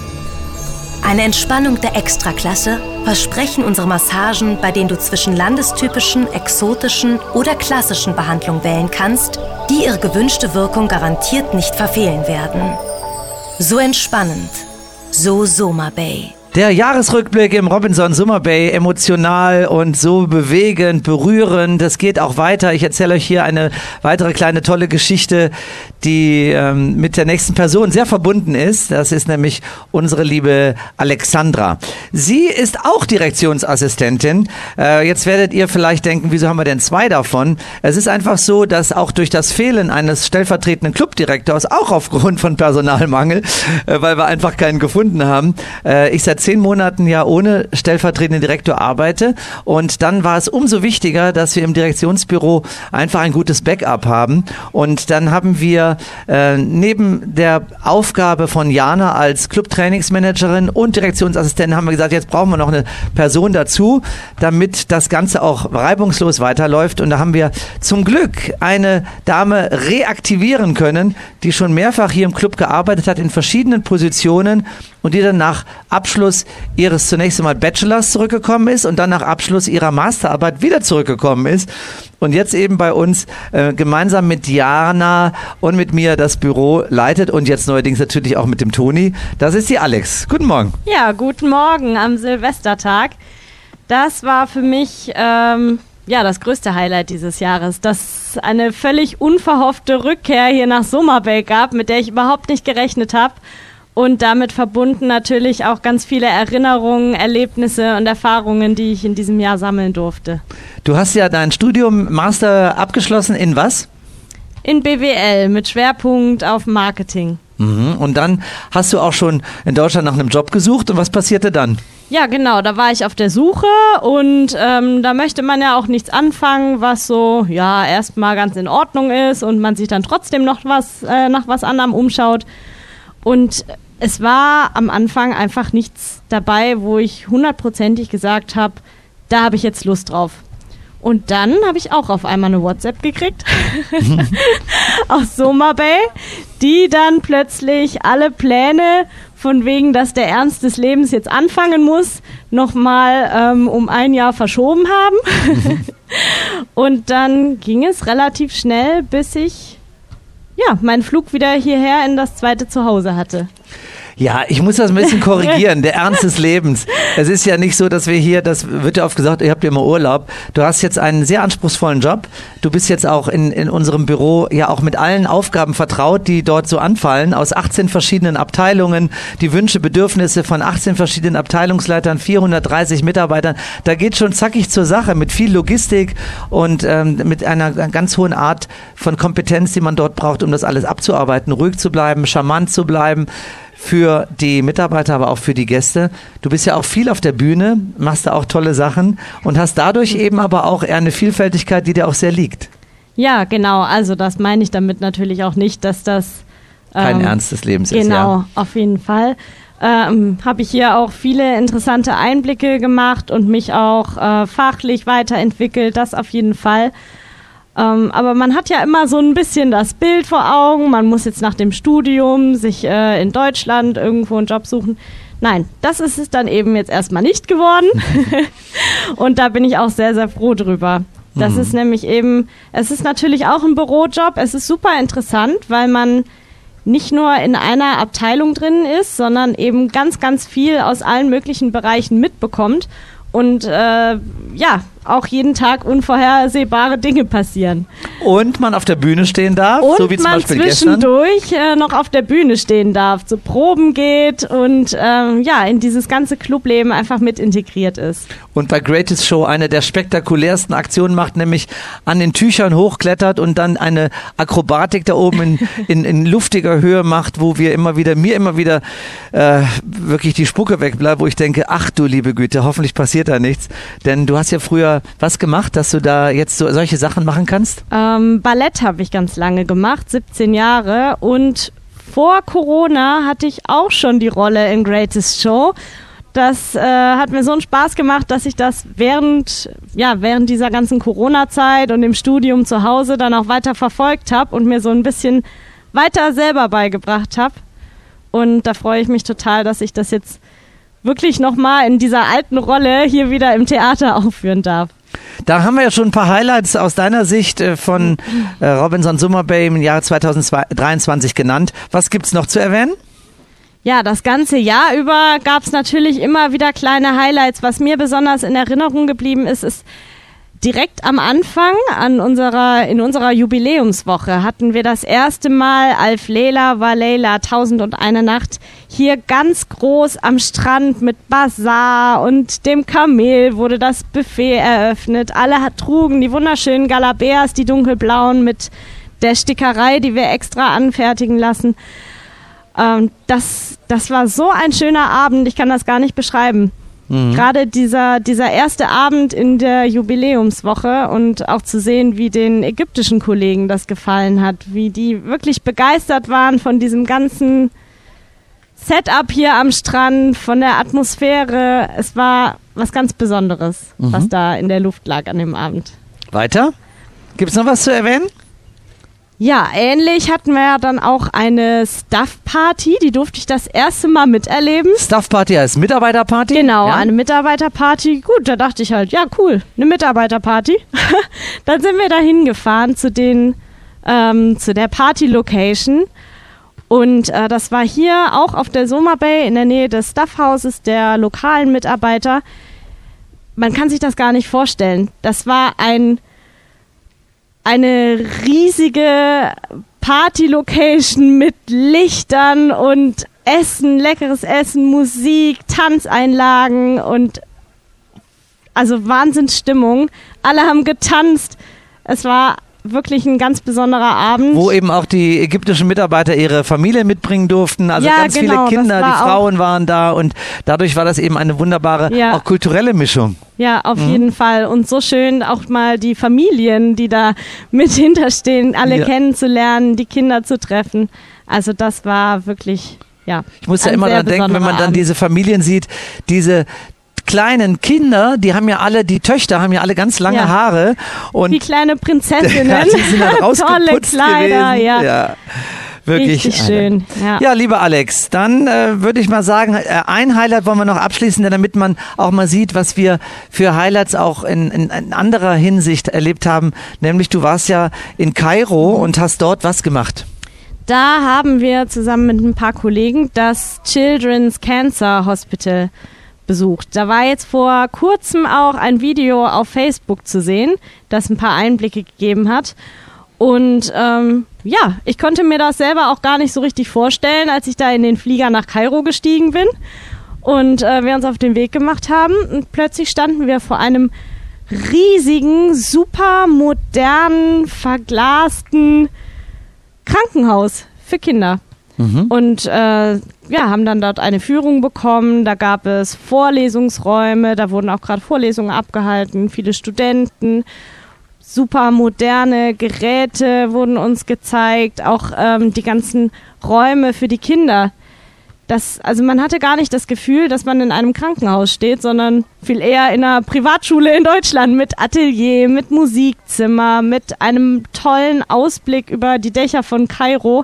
Eine Entspannung der Extraklasse versprechen unsere Massagen, bei denen du zwischen landestypischen, exotischen oder klassischen Behandlungen wählen kannst, die ihre gewünschte Wirkung garantiert nicht verfehlen werden. So entspannend, so Soma Bay. Der Jahresrückblick im Robinson Summer Bay, emotional und so bewegend, berührend. Es geht auch weiter. Ich erzähle euch hier eine weitere kleine tolle Geschichte, die mit der nächsten Person sehr verbunden ist. Das ist nämlich unsere liebe Alexandra. Sie ist auch Direktionsassistentin. Jetzt werdet ihr vielleicht denken, wieso haben wir denn zwei davon? Es ist einfach so, dass auch durch das Fehlen eines stellvertretenden Clubdirektors, auch aufgrund von Personalmangel, weil wir einfach keinen gefunden haben, ich seit 10 Monaten ja ohne stellvertretenden Direktor arbeite, und dann war es umso wichtiger, dass wir im Direktionsbüro einfach ein gutes Backup haben, und dann haben wir neben der Aufgabe von Jana als Club-Trainingsmanagerin und Direktionsassistentin haben wir gesagt, jetzt brauchen wir noch eine Person dazu, damit das Ganze auch reibungslos weiterläuft, und da haben wir zum Glück eine Dame reaktivieren können, die schon mehrfach hier im Club gearbeitet hat in verschiedenen Positionen und die dann nach Abschluss ihres zunächst einmal Bachelors zurückgekommen ist und dann nach Abschluss ihrer Masterarbeit wieder zurückgekommen ist und jetzt eben bei uns gemeinsam mit Jana und mit mir das Büro leitet und jetzt neuerdings natürlich auch mit dem Toni. Das ist die Alex. Guten Morgen. Ja, guten Morgen am Silvestertag. Das war für mich das größte Highlight dieses Jahres, dass es eine völlig unverhoffte Rückkehr hier nach Summer Bay gab, mit der ich überhaupt nicht gerechnet habe. Und damit verbunden natürlich auch ganz viele Erinnerungen, Erlebnisse und Erfahrungen, die ich in diesem Jahr sammeln durfte. Du hast ja dein Studium Master abgeschlossen in was? In BWL mit Schwerpunkt auf Marketing. Und dann hast du auch schon in Deutschland nach einem Job gesucht, und was passierte dann? Ja, genau, da war ich auf der Suche, und da möchte man ja auch nichts anfangen, was so erstmal ganz in Ordnung ist und man sich dann trotzdem noch nach was anderem umschaut. Und es war am Anfang einfach nichts dabei, wo ich 100%ig gesagt habe, da habe ich jetzt Lust drauf. Und dann habe ich auch auf einmal eine WhatsApp gekriegt aus Summer Bay, die dann plötzlich alle Pläne von wegen, dass der Ernst des Lebens jetzt anfangen muss, nochmal um ein Jahr verschoben haben. Und dann ging es relativ schnell, bis ich meinen Flug wieder hierher in das zweite Zuhause hatte. Ja, ich muss das ein bisschen korrigieren, der Ernst des Lebens. Es ist ja nicht so, dass wir hier, das wird ja oft gesagt, ihr habt ja immer Urlaub. Du hast jetzt einen sehr anspruchsvollen Job. Du bist jetzt auch in unserem Büro ja auch mit allen Aufgaben vertraut, die dort so anfallen, aus 18 verschiedenen Abteilungen, die Wünsche, Bedürfnisse von 18 verschiedenen Abteilungsleitern, 430 Mitarbeitern. Da geht schon zackig zur Sache mit viel Logistik und mit einer ganz hohen Art von Kompetenz, die man dort braucht, um das alles abzuarbeiten, ruhig zu bleiben, charmant zu bleiben. Für die Mitarbeiter, aber auch für die Gäste. Du bist ja auch viel auf der Bühne, machst da auch tolle Sachen und hast dadurch eben aber auch eher eine Vielfältigkeit, die dir auch sehr liegt. Ja, genau. Also das meine ich damit natürlich auch nicht, dass das kein Ernst des Lebens ist. Genau, auf jeden Fall. Habe ich hier auch viele interessante Einblicke gemacht und mich auch fachlich weiterentwickelt, das auf jeden Fall. Aber man hat ja immer so ein bisschen das Bild vor Augen, man muss jetzt nach dem Studium sich in Deutschland irgendwo einen Job suchen. Nein, das ist es dann eben jetzt erstmal nicht geworden. Und da bin ich auch sehr, sehr froh drüber. Das ist nämlich eben, es ist natürlich auch ein Bürojob, es ist super interessant, weil man nicht nur in einer Abteilung drin ist, sondern eben ganz, ganz viel aus allen möglichen Bereichen mitbekommt. Und auch jeden Tag unvorhersehbare Dinge passieren. Und man auf der Bühne stehen darf, und so wie zum Beispiel gestern. Und man zwischendurch noch auf der Bühne stehen darf, zu Proben geht und in dieses ganze Clubleben einfach mit integriert ist. Und bei Greatest Show eine der spektakulärsten Aktionen macht, nämlich an den Tüchern hochklettert und dann eine Akrobatik da oben in luftiger Höhe macht, wo mir immer wieder wirklich die Spucke wegbleibt, wo ich denke, ach du liebe Güte, hoffentlich passiert da nichts. Denn du hast ja früher was gemacht, dass du da jetzt solche Sachen machen kannst? Ballett habe ich ganz lange gemacht, 17 Jahre. Und vor Corona hatte ich auch schon die Rolle in Greatest Show. Das hat mir so einen Spaß gemacht, dass ich das während dieser ganzen Corona-Zeit und im Studium zu Hause dann auch weiter verfolgt habe und mir so ein bisschen weiter selber beigebracht habe. Und da freue ich mich total, dass ich das jetzt wirklich nochmal in dieser alten Rolle hier wieder im Theater aufführen darf. Da haben wir ja schon ein paar Highlights aus deiner Sicht von Robinson Summer Bay im Jahr 2023 genannt. Was gibt's noch zu erwähnen? ja, das ganze Jahr über gab es natürlich immer wieder kleine Highlights. Was mir besonders in Erinnerung geblieben ist, ist direkt am Anfang in unserer Jubiläumswoche hatten wir das erste Mal Alf Lela war Leila 1001 Nacht hier ganz groß am Strand mit Bazar und dem Kamel wurde das Buffet eröffnet. Alle trugen die wunderschönen Galabeas, die dunkelblauen mit der Stickerei, die wir extra anfertigen lassen. Das war so ein schöner Abend, ich kann das gar nicht beschreiben. Gerade dieser erste Abend in der Jubiläumswoche und auch zu sehen, wie den ägyptischen Kollegen das gefallen hat, wie die wirklich begeistert waren von diesem ganzen Setup hier am Strand, von der Atmosphäre. Es war was ganz Besonderes, was da in der Luft lag an dem Abend. Weiter? Gibt es noch was zu erwähnen? Ja, ähnlich hatten wir ja dann auch eine Staff-Party, die durfte ich das erste Mal miterleben. Staff-Party heißt Mitarbeiterparty? Genau, ja. Eine Mitarbeiterparty. Gut, da dachte ich halt, ja cool, eine Mitarbeiterparty. Dann sind wir da hingefahren zu der Party-Location und das war hier auch auf der Soma Bay in der Nähe des Staff-Hauses der lokalen Mitarbeiter. Man kann sich das gar nicht vorstellen. Das war eine riesige Party-Location mit Lichtern und Essen, leckeres Essen, Musik, Tanzeinlagen und also Wahnsinnsstimmung. Alle haben getanzt. Es war wirklich ein ganz besonderer Abend. Wo eben auch die ägyptischen Mitarbeiter ihre Familie mitbringen durften. Also ja, ganz genau, viele Kinder, die Frauen waren da und dadurch war das eben eine wunderbare, auch kulturelle Mischung. Ja, auf jeden Fall. Und so schön auch mal die Familien, die da mit hinterstehen, alle kennenzulernen, die Kinder zu treffen. Also das war wirklich, Ich muss ja immer daran denken, wenn man dann diese Familien sieht, diese kleinen Kinder, die Töchter haben ja alle ganz lange Haare. Und wie kleine Prinzessinnen. Die sind dann tolle Kleider, gewesen. Ja. Wirklich richtig schön. Ja, lieber Alex, dann würde ich mal sagen, ein Highlight wollen wir noch abschließen, damit man auch mal sieht, was wir für Highlights auch in anderer Hinsicht erlebt haben. Nämlich du warst ja in Kairo und hast dort was gemacht. Da haben wir zusammen mit ein paar Kollegen das Children's Cancer Hospital besucht. Da war jetzt vor kurzem auch ein Video auf Facebook zu sehen, das ein paar Einblicke gegeben hat. Und ich konnte mir das selber auch gar nicht so richtig vorstellen, als ich da in den Flieger nach Kairo gestiegen bin und wir uns auf den Weg gemacht haben. Und plötzlich standen wir vor einem riesigen, super modernen, verglasten Krankenhaus für Kinder. Und haben dann dort eine Führung bekommen, da gab es Vorlesungsräume, da wurden auch gerade Vorlesungen abgehalten, viele Studenten, super moderne Geräte wurden uns gezeigt, auch die ganzen Räume für die Kinder. Also man hatte gar nicht das Gefühl, dass man in einem Krankenhaus steht, sondern viel eher in einer Privatschule in Deutschland mit Atelier, mit Musikzimmer, mit einem tollen Ausblick über die Dächer von Kairo.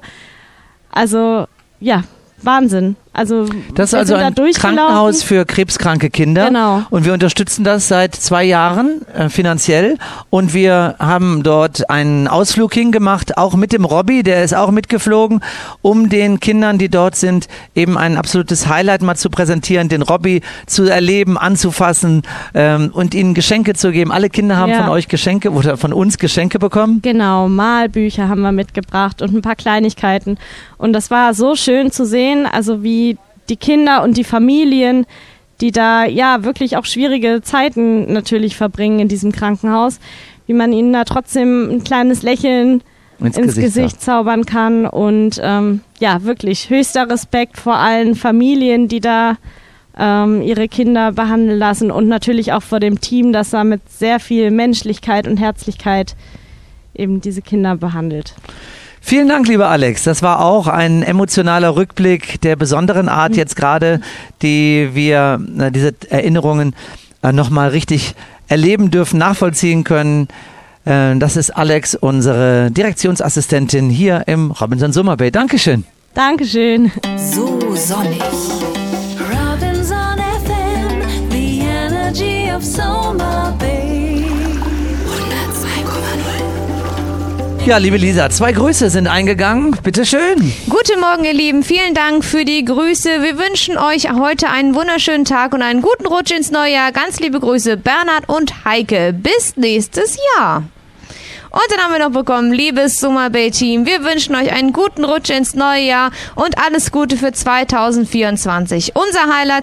Also, Wahnsinn. Also, das ist also ein Krankenhaus für krebskranke Kinder. Genau. Und wir unterstützen das seit 2 Jahren finanziell. Und wir haben dort einen Ausflug hingemacht, auch mit dem Robby, der ist auch mitgeflogen, um den Kindern, die dort sind, eben ein absolutes Highlight mal zu präsentieren, den Robby zu erleben, anzufassen und ihnen Geschenke zu geben. Alle Kinder haben von euch Geschenke oder von uns Geschenke bekommen. Genau, Malbücher haben wir mitgebracht und ein paar Kleinigkeiten. Und das war so schön zu sehen, also wie die Kinder und die Familien, die da wirklich auch schwierige Zeiten natürlich verbringen in diesem Krankenhaus, wie man ihnen da trotzdem ein kleines Lächeln ins Gesicht zaubern kann und wirklich höchster Respekt vor allen Familien, die da ihre Kinder behandeln lassen und natürlich auch vor dem Team, das da mit sehr viel Menschlichkeit und Herzlichkeit eben diese Kinder behandelt. Vielen Dank, lieber Alex. Das war auch ein emotionaler Rückblick der besonderen Art jetzt gerade, die wir, diese Erinnerungen nochmal richtig erleben dürfen, nachvollziehen können. Das ist Alex, unsere Direktionsassistentin hier im Robinson Summer Bay. Dankeschön. Dankeschön. So sonnig. Robinson FM, the energy of Soma Bay. 102,0. Ja, liebe Lisa, 2 Grüße sind eingegangen. Bitte schön. Guten Morgen, ihr Lieben. Vielen Dank für die Grüße. Wir wünschen euch heute einen wunderschönen Tag und einen guten Rutsch ins neue Jahr. Ganz liebe Grüße, Bernhard und Heike. Bis nächstes Jahr. Und dann haben wir noch bekommen, liebes Summer Bay Team, wir wünschen euch einen guten Rutsch ins neue Jahr und alles Gute für 2024. Unser Highlight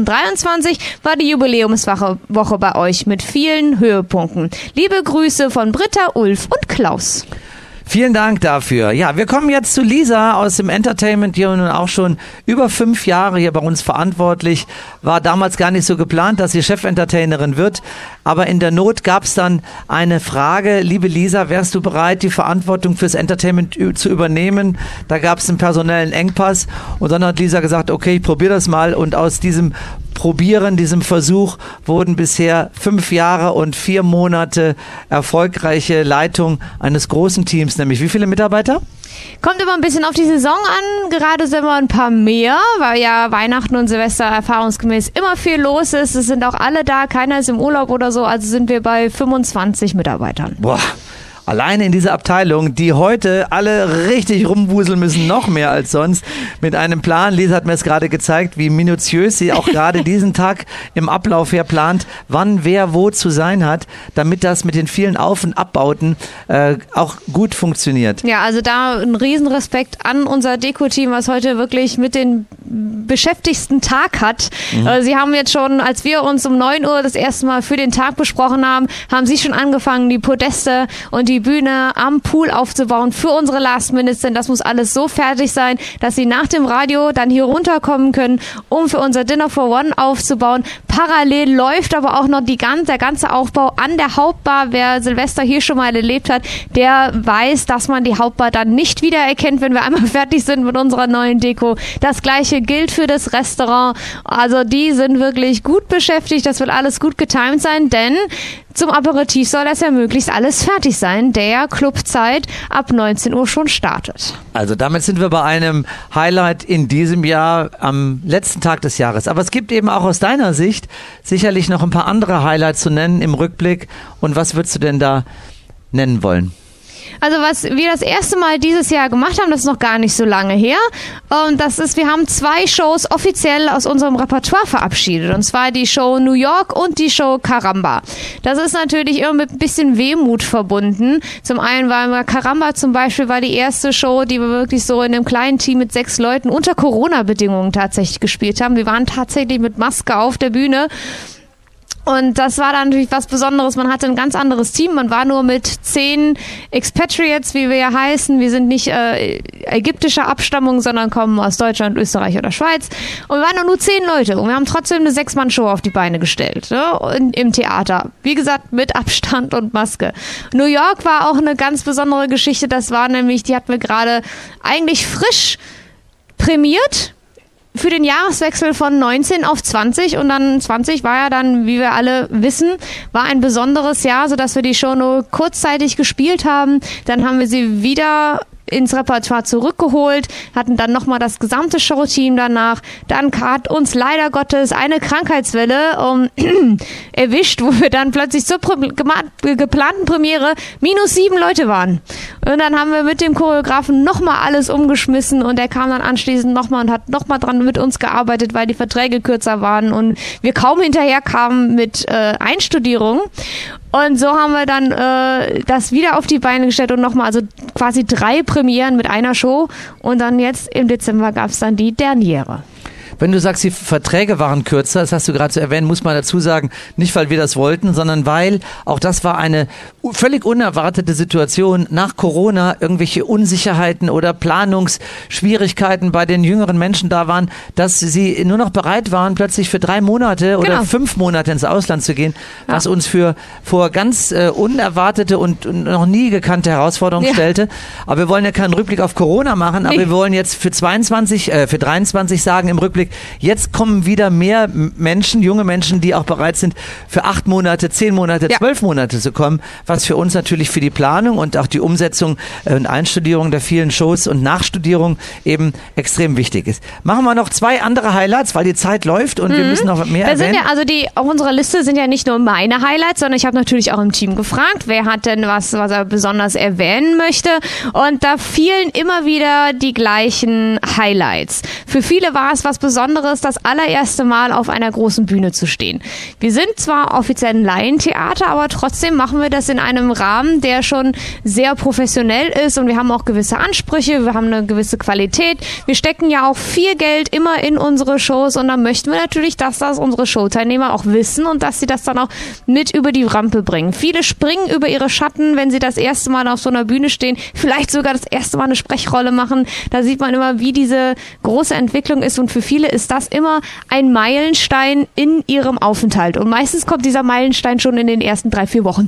2023 war die Jubiläumswoche bei euch mit vielen Höhepunkten. Liebe Grüße von Britta, Ulf und Klaus. Vielen Dank dafür. Ja, wir kommen jetzt zu Lisa aus dem Entertainment, die nun auch schon über 5 Jahre hier bei uns verantwortlich war. Damals gar nicht so geplant, dass sie Chefentertainerin wird. Aber in der Not gab es dann eine Frage. Liebe Lisa, wärst du bereit, die Verantwortung fürs Entertainment zu übernehmen? Da gab es einen personellen Engpass. Und dann hat Lisa gesagt, okay, ich probiere das mal. Und aus diesem Probieren, diesem Versuch wurden bisher 5 Jahre und 4 Monate erfolgreiche Leitung eines großen Teams. Nämlich wie viele Mitarbeiter? Kommt immer ein bisschen auf die Saison an. Gerade sind wir ein paar mehr, weil ja Weihnachten und Silvester erfahrungsgemäß immer viel los ist. Es sind auch alle da, keiner ist im Urlaub oder so, also sind wir bei 25 Mitarbeitern. Boah. Alleine in dieser Abteilung, die heute alle richtig rumwuseln müssen, noch mehr als sonst, mit einem Plan. Lisa hat mir es gerade gezeigt, wie minutiös sie auch gerade diesen Tag im Ablauf her plant, wann wer wo zu sein hat, damit das mit den vielen Auf- und Abbauten auch gut funktioniert. Ja, also da ein Riesenrespekt an unser Deko-Team, was heute wirklich mit den beschäftigsten Tag hat. Sie haben jetzt schon, als wir uns um 9 Uhr das erste Mal für den Tag besprochen haben, haben sie schon angefangen, die Podeste und die Bühne am Pool aufzubauen für unsere Last Minutes, denn das muss alles so fertig sein, dass sie nach dem Radio dann hier runterkommen können, um für unser Dinner for One aufzubauen. Parallel läuft aber auch noch der ganze Aufbau an der Hauptbar. Wer Silvester hier schon mal erlebt hat, der weiß, dass man die Hauptbar dann nicht wiedererkennt, wenn wir einmal fertig sind mit unserer neuen Deko. Das gleiche gilt für das Restaurant. Also die sind wirklich gut beschäftigt. Das wird alles gut getimt sein, denn zum Aperitif soll das ja möglichst alles fertig sein, der Clubzeit ab 19 Uhr schon startet. Also damit sind wir bei einem Highlight in diesem Jahr am letzten Tag des Jahres. Aber es gibt eben auch aus deiner Sicht sicherlich noch ein paar andere Highlights zu nennen im Rückblick. Und was würdest du denn da nennen wollen? Also was wir das erste Mal dieses Jahr gemacht haben, das ist noch gar nicht so lange her. Und das ist, wir haben 2 Shows offiziell aus unserem Repertoire verabschiedet. Und zwar die Show New York und die Show Caramba. Das ist natürlich immer mit ein bisschen Wehmut verbunden. Zum einen war Caramba zum Beispiel war die erste Show, die wir wirklich so in einem kleinen Team mit 6 Leuten unter Corona-Bedingungen tatsächlich gespielt haben. Wir waren tatsächlich mit Maske auf der Bühne. Und das war dann natürlich was Besonderes. Man hatte ein ganz anderes Team. Man war nur mit 10 Expatriates, wie wir ja heißen. Wir sind nicht ägyptischer Abstammung, sondern kommen aus Deutschland, Österreich oder Schweiz. Und wir waren nur 10 Leute. Und wir haben trotzdem eine 6-Mann-Show auf die Beine gestellt, ne? Im Theater. Wie gesagt, mit Abstand und Maske. New York war auch eine ganz besondere Geschichte. Das war nämlich, die hatten wir gerade eigentlich frisch prämiert für den Jahreswechsel von 19 auf 20 und dann 20 war ja dann, wie wir alle wissen, war ein besonderes Jahr, sodass wir die Show nur kurzzeitig gespielt haben. Dann haben wir sie wieder ins Repertoire zurückgeholt, hatten dann nochmal das gesamte Showteam danach. Dann hat uns leider Gottes eine Krankheitswelle erwischt, wo wir dann plötzlich zur geplanten Premiere -7 Leute waren. Und dann haben wir mit dem Choreografen nochmal alles umgeschmissen und der kam dann anschließend nochmal und hat nochmal dran mit uns gearbeitet, weil die Verträge kürzer waren und wir kaum hinterher kamen mit Einstudierung. Und so haben wir dann das wieder auf die Beine gestellt und nochmal, also quasi 3 Premieren mit einer Show. Und dann jetzt im Dezember gab es dann die Derniere. Wenn du sagst, die Verträge waren kürzer, das hast du gerade zu erwähnen, muss man dazu sagen, nicht weil wir das wollten, sondern weil auch das war eine völlig unerwartete Situation nach Corona, irgendwelche Unsicherheiten oder Planungsschwierigkeiten bei den jüngeren Menschen da waren, dass sie nur noch bereit waren, plötzlich für 3 Monate oder 5 Monate ins Ausland zu gehen, was uns vor ganz unerwartete und noch nie gekannte Herausforderungen stellte. Aber wir wollen ja keinen Rückblick auf Corona machen, aber wir wollen jetzt für 23 sagen im Rückblick, Jetzt kommen wieder mehr Menschen, junge Menschen, die auch bereit sind, für 8 Monate, 10 Monate, 12 Monate zu kommen, was für uns natürlich für die Planung und auch die Umsetzung und Einstudierung der vielen Shows und Nachstudierung eben extrem wichtig ist. Machen wir noch 2 andere Highlights, weil die Zeit läuft und wir müssen noch mehr erwähnen. Auf unserer Liste sind ja nicht nur meine Highlights, sondern ich habe natürlich auch im Team gefragt, wer hat denn was er besonders erwähnen möchte. Und da fielen immer wieder die gleichen Highlights. Für viele war es was Besonderes, das allererste Mal auf einer großen Bühne zu stehen. Wir sind zwar offiziell ein Laientheater, aber trotzdem machen wir das in einem Rahmen, der schon sehr professionell ist und wir haben auch gewisse Ansprüche, wir haben eine gewisse Qualität. Wir stecken ja auch viel Geld immer in unsere Shows und da möchten wir natürlich, dass das unsere Showteilnehmer auch wissen und dass sie das dann auch mit über die Rampe bringen. Viele springen über ihre Schatten, wenn sie das erste Mal auf so einer Bühne stehen, vielleicht sogar das erste Mal eine Sprechrolle machen. Da sieht man immer, wie diese große Entwicklung ist und für viele ist das immer ein Meilenstein in ihrem Aufenthalt. Und meistens kommt dieser Meilenstein schon in den ersten 3-4 Wochen.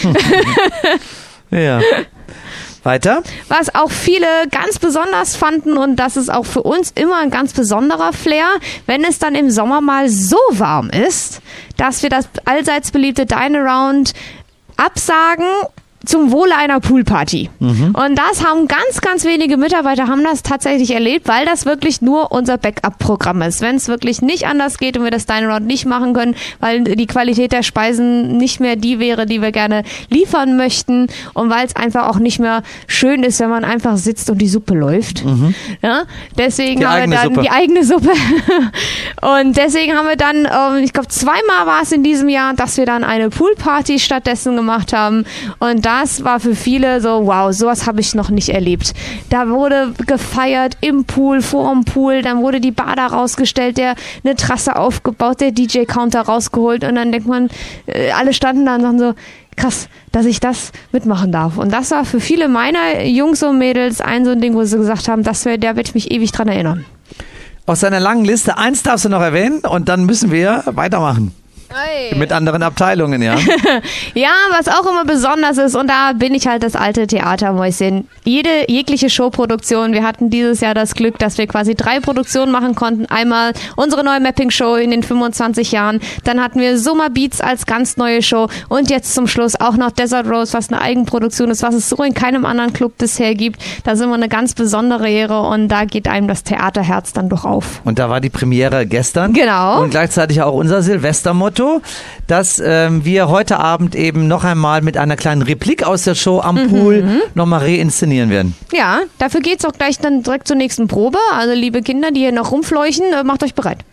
Ja. Weiter? Was auch viele ganz besonders fanden und das ist auch für uns immer ein ganz besonderer Flair, wenn es dann im Sommer mal so warm ist, dass wir das allseits beliebte Dine Around absagen zum Wohle einer Poolparty. Und das haben ganz, ganz wenige Mitarbeiter haben das tatsächlich erlebt, weil das wirklich nur unser Backup-Programm ist. Wenn es wirklich nicht anders geht und wir das Dine Around nicht machen können, weil die Qualität der Speisen nicht mehr die wäre, die wir gerne liefern möchten und weil es einfach auch nicht mehr schön ist, wenn man einfach sitzt und die Suppe läuft. Ja? Deswegen haben wir dann die eigene Suppe. Und deswegen haben wir dann, ich glaube 2-mal war es in diesem Jahr, dass wir dann eine Poolparty stattdessen gemacht haben und das war für viele so, wow, sowas habe ich noch nicht erlebt. Da wurde gefeiert im Pool, vor dem Pool, dann wurde die Bar da rausgestellt, eine Trasse aufgebaut, der DJ-Counter rausgeholt und dann denkt man, alle standen da und sagen so, krass, dass ich das mitmachen darf. Und das war für viele meiner Jungs und Mädels so ein Ding, wo sie gesagt haben, da werde ich mich ewig dran erinnern. Aus seiner langen Liste 1 darfst du noch erwähnen und dann müssen wir weitermachen. Hey. Mit anderen Abteilungen, ja. Ja, was auch immer besonders ist, und da bin ich halt das alte Theatermäuschen. Jegliche Showproduktion, wir hatten dieses Jahr das Glück, dass wir quasi 3 Produktionen machen konnten. Einmal unsere neue Mapping-Show in den 25 Jahren, dann hatten wir Summer Beats als ganz neue Show und jetzt zum Schluss auch noch Desert Rose, was eine Eigenproduktion ist, was es so in keinem anderen Club bisher gibt. Da sind wir eine ganz besondere Ehre und da geht einem das Theaterherz dann doch auf. Und da war die Premiere gestern. Genau. Und gleichzeitig auch unser Silvestermotto, dass wir heute Abend eben noch einmal mit einer kleinen Replik aus der Show am Pool nochmal reinszenieren werden. Ja, dafür geht's auch gleich dann direkt zur nächsten Probe. Also liebe Kinder, die hier noch rumfleuchen, macht euch bereit.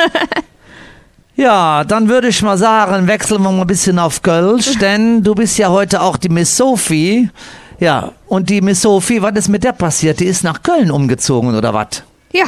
Ja, dann würde ich mal sagen, wechseln wir mal ein bisschen auf Kölsch, denn du bist ja heute auch die Miss Sophie. Ja, und die Miss Sophie, was ist mit der passiert? Die ist nach Köln umgezogen oder was? Ja,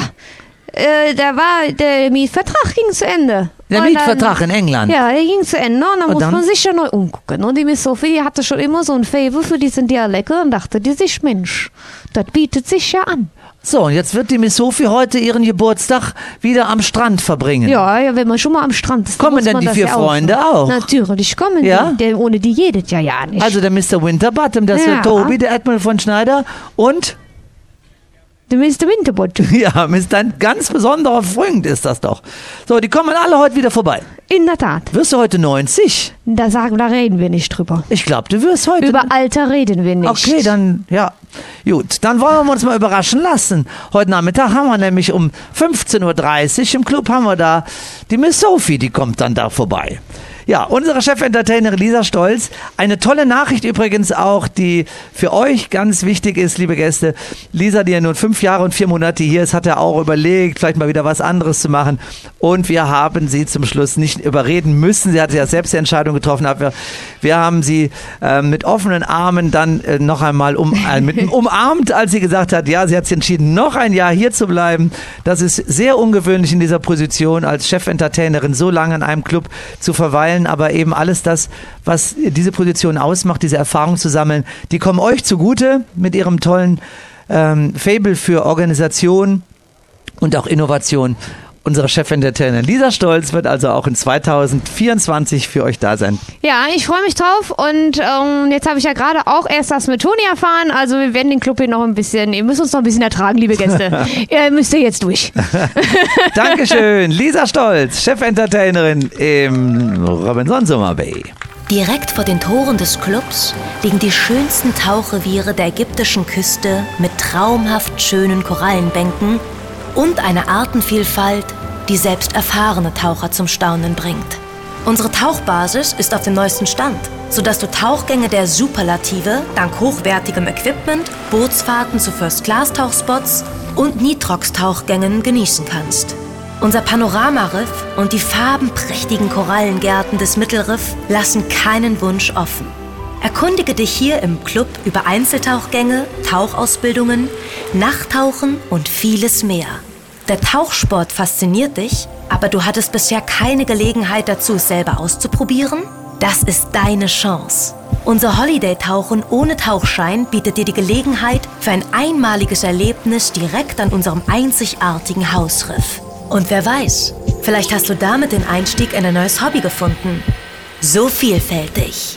der Mietvertrag ging zu Ende. Der Mietvertrag in England? Ja, der ging zu Ende und dann muss man sich ja neu umgucken. Und die Miss Sophie, die hatte schon immer so ein Faible für diesen Dialekt und dachte die sich, Mensch, das bietet sich ja an. So, und jetzt wird die Miss Sophie heute ihren Geburtstag wieder am Strand verbringen. Ja, wenn man schon mal am Strand ist. Kommen denn die 4 Freunde auch? Natürlich kommen die, denn ohne die jedet ja nicht. Also der Mr. Winterbottom, das ist der Tobi, der Edmund von Schneider und... Der Mr. Winterbottom. Ja, ein ganz besonderer Freund ist das doch. So, die kommen alle heute wieder vorbei. In der Tat. Wirst du heute 90? Da reden wir nicht drüber. Ich glaube, du wirst heute... Über Alter reden wir nicht. Okay, dann, ja. Gut, dann wollen wir uns mal überraschen lassen. Heute Nachmittag haben wir nämlich um 15.30 Uhr im Club haben wir da die Miss Sophie, die kommt dann da vorbei. Ja, unsere Chefentertainerin Lisa Stolz. Eine tolle Nachricht übrigens auch, die für euch ganz wichtig ist, liebe Gäste. Lisa, die ja nun 5 Jahre und 4 Monate hier ist, hat ja auch überlegt, vielleicht mal wieder was anderes zu machen. Und wir haben sie zum Schluss nicht überreden müssen. Sie hatte ja selbst die Entscheidung getroffen. Aber wir haben sie mit offenen Armen dann noch einmal umarmt, als sie gesagt hat, ja, sie hat sich entschieden, noch ein Jahr hier zu bleiben. Das ist sehr ungewöhnlich in dieser Position, als Chefentertainerin so lange in einem Club zu verweilen. Aber eben alles das, was diese Position ausmacht, diese Erfahrung zu sammeln, die kommen euch zugute mit ihrem tollen Faible für Organisation und auch Innovation. Unsere Chefentertainerin Lisa Stolz wird also auch in 2024 für euch da sein. Ja, ich freue mich drauf und jetzt habe ich ja gerade auch erst das mit Toni erfahren, also wir werden den Club hier noch ein bisschen, ihr müsst uns noch ein bisschen ertragen, liebe Gäste. Ihr müsst jetzt durch. Dankeschön, Lisa Stolz, Chefentertainerin im Robinson Summer Bay. Direkt vor den Toren des Clubs liegen die schönsten Tauchreviere der ägyptischen Küste mit traumhaft schönen Korallenbänken und eine Artenvielfalt, die selbst erfahrene Taucher zum Staunen bringt. Unsere Tauchbasis ist auf dem neuesten Stand, sodass du Tauchgänge der Superlative dank hochwertigem Equipment, Bootsfahrten zu First-Class-Tauchspots und Nitrox-Tauchgängen genießen kannst. Unser Panoramariff und die farbenprächtigen Korallengärten des Mittelriff lassen keinen Wunsch offen. Erkundige dich hier im Club über Einzeltauchgänge, Tauchausbildungen, Nachttauchen und vieles mehr. Der Tauchsport fasziniert dich, aber du hattest bisher keine Gelegenheit dazu, es selber auszuprobieren? Das ist deine Chance. Unser Holiday-Tauchen ohne Tauchschein bietet dir die Gelegenheit für ein einmaliges Erlebnis direkt an unserem einzigartigen Hausriff. Und wer weiß, vielleicht hast du damit den Einstieg in ein neues Hobby gefunden. So vielfältig.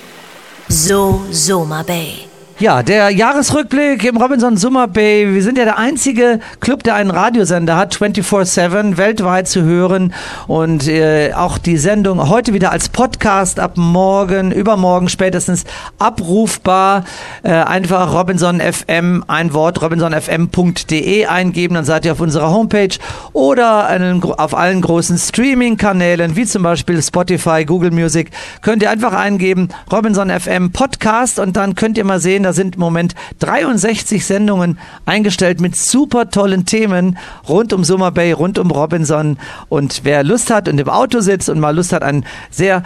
So Summer Bay. Ja, der Jahresrückblick im Robinson Summer Bay. Wir sind ja der einzige Club, der einen Radiosender hat, 24/7, weltweit zu hören. Und auch die Sendung heute wieder als Podcast ab morgen, übermorgen spätestens abrufbar. Einfach Robinson FM, ein Wort, robinsonfm.de eingeben, dann seid ihr auf unserer Homepage oder auf allen großen Streaming-Kanälen, wie zum Beispiel Spotify, Google Music, könnt ihr einfach eingeben, Robinson FM Podcast, und dann könnt ihr mal sehen, da sind im Moment 63 Sendungen eingestellt mit super tollen Themen rund um Summer Bay, rund um Robinson. Und wer Lust hat und im Auto sitzt und mal Lust hat, einen sehr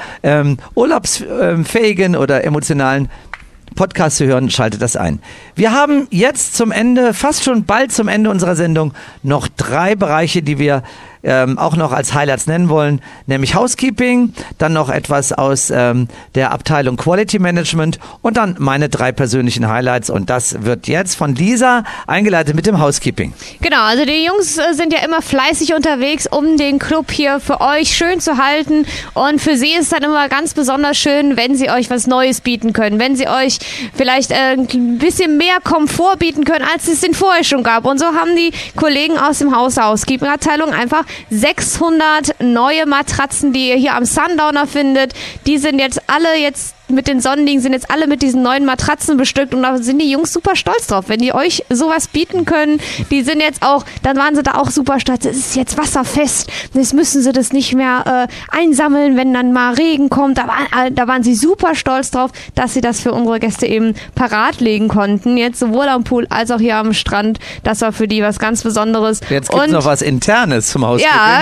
urlaubsfähigen oder emotionalen Podcast zu hören, schaltet das ein. Wir haben jetzt zum Ende, fast schon bald zum Ende unserer Sendung, noch 3 Bereiche, die wir auch noch als Highlights nennen wollen, nämlich Housekeeping, dann noch etwas aus der Abteilung Quality Management und dann meine 3 persönlichen Highlights, und das wird jetzt von Lisa eingeleitet mit dem Housekeeping. Genau, also die Jungs sind ja immer fleißig unterwegs, um den Club hier für euch schön zu halten, und für sie ist dann immer ganz besonders schön, wenn sie euch was Neues bieten können, wenn sie euch vielleicht ein bisschen mehr Komfort bieten können, als es den vorher schon gab, und so haben die Kollegen aus dem Housekeeping-Abteilung einfach 600 neue Matratzen, die ihr hier am Sundowner findet. Die sind jetzt alle mit den Sonnenliegen, sind jetzt alle mit diesen neuen Matratzen bestückt, und da sind die Jungs super stolz drauf, wenn die euch sowas bieten können. Die sind jetzt auch, dann waren sie da auch super stolz, es ist jetzt wasserfest, jetzt müssen sie das nicht mehr einsammeln, wenn dann mal Regen kommt. Da waren sie super stolz drauf, dass sie das für unsere Gäste eben parat legen konnten, jetzt sowohl am Pool als auch hier am Strand. Das war für die was ganz Besonderes. Jetzt gibt es noch was Internes zum Housekeeping. Ja,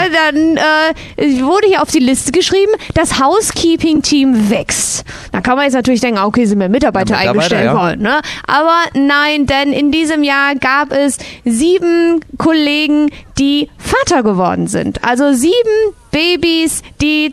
dann wurde hier auf die Liste geschrieben, das Housekeeping-Team wächst. Da kann man jetzt natürlich denken, okay, sind wir Mitarbeiter eingestellt worden, ne? Aber nein, denn in diesem Jahr gab es 7 Kollegen, die Vater geworden sind. Also 7 Babys, die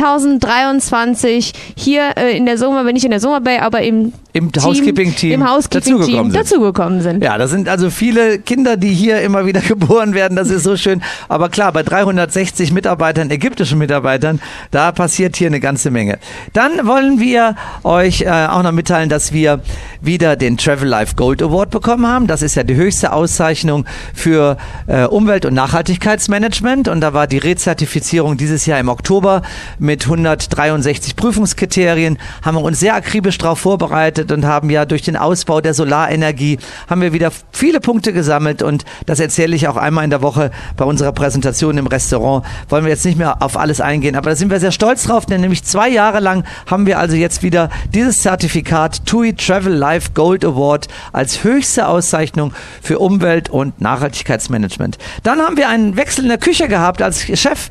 2023 hier in der Summer, nicht in der Summer Bay, aber im Housekeeping-Team dazugekommen sind. Ja, das sind also viele Kinder, die hier immer wieder geboren werden. Das ist so schön. Aber klar, bei 360 Mitarbeitern, ägyptischen Mitarbeitern, da passiert hier eine ganze Menge. Dann wollen wir euch auch noch mitteilen, dass wir wieder den Travel Life Gold Award bekommen haben. Das ist ja die höchste Auszeichnung für Umwelt- und Nachhaltigkeitsmanagement. Und da war die Rezertifizierung dieses Jahr im Oktober mit 163 Prüfungskriterien. Haben wir uns sehr akribisch darauf vorbereitet und haben ja durch den Ausbau der Solarenergie haben wir wieder viele Punkte gesammelt, und das erzähle ich auch einmal in der Woche bei unserer Präsentation im Restaurant. Wollen wir jetzt nicht mehr auf alles eingehen, aber da sind wir sehr stolz drauf, denn nämlich 2 Jahre lang haben wir also jetzt wieder dieses Zertifikat TUI Travel Life Gold Award als höchste Auszeichnung für Umwelt- und Nachhaltigkeitsmanagement. Dann haben wir einen Wechsel in der Küche gehabt. Als Chef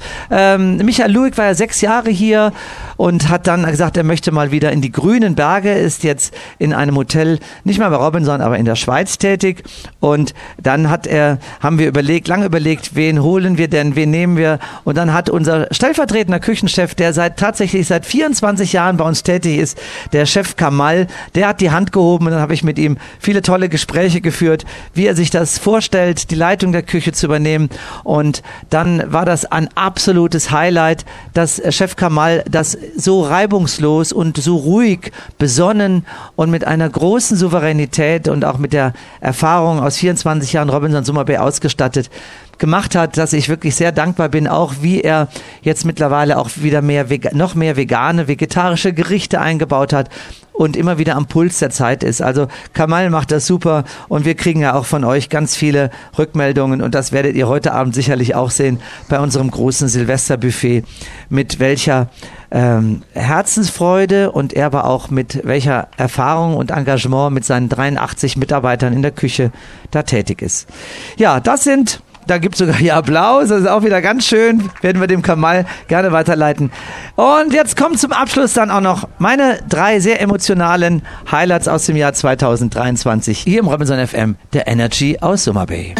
Michael Luig war ja 6 Jahre hier und hat dann gesagt, er möchte mal wieder in die grünen Berge, ist jetzt in einem Hotel, nicht mal bei Robinson, aber in der Schweiz tätig. Und dann haben wir lange überlegt, wen holen wir denn, wen nehmen wir? Und dann hat unser stellvertretender Küchenchef, der tatsächlich seit 24 Jahren bei uns tätig ist, der Chef Kamal, der hat die Hand gehoben und dann habe ich mit ihm viele tolle Gespräche geführt, wie er sich das vorstellt, die Leitung der Küche zu übernehmen. Und dann war das ein absolutes Highlight, dass Chef Kamal das so reibungslos und so ruhig, besonnen und mit einer großen Souveränität und auch mit der Erfahrung aus 24 Jahren Robinson Summer Bay ausgestattet gemacht hat, dass ich wirklich sehr dankbar bin, auch wie er jetzt mittlerweile auch wieder noch mehr vegane, vegetarische Gerichte eingebaut hat und immer wieder am Puls der Zeit ist. Also Kamal macht das super und wir kriegen ja auch von euch ganz viele Rückmeldungen und das werdet ihr heute Abend sicherlich auch sehen bei unserem großen Silvesterbuffet, mit welcher Herzensfreude und er aber auch mit welcher Erfahrung und Engagement mit seinen 83 Mitarbeitern in der Küche da tätig ist. Ja, da gibt es sogar hier Applaus, das ist auch wieder ganz schön, werden wir dem Kamal gerne weiterleiten. Und jetzt kommt zum Abschluss dann auch noch meine 3 sehr emotionalen Highlights aus dem Jahr 2023 hier im Robinson FM, der Energy aus Summer Bay.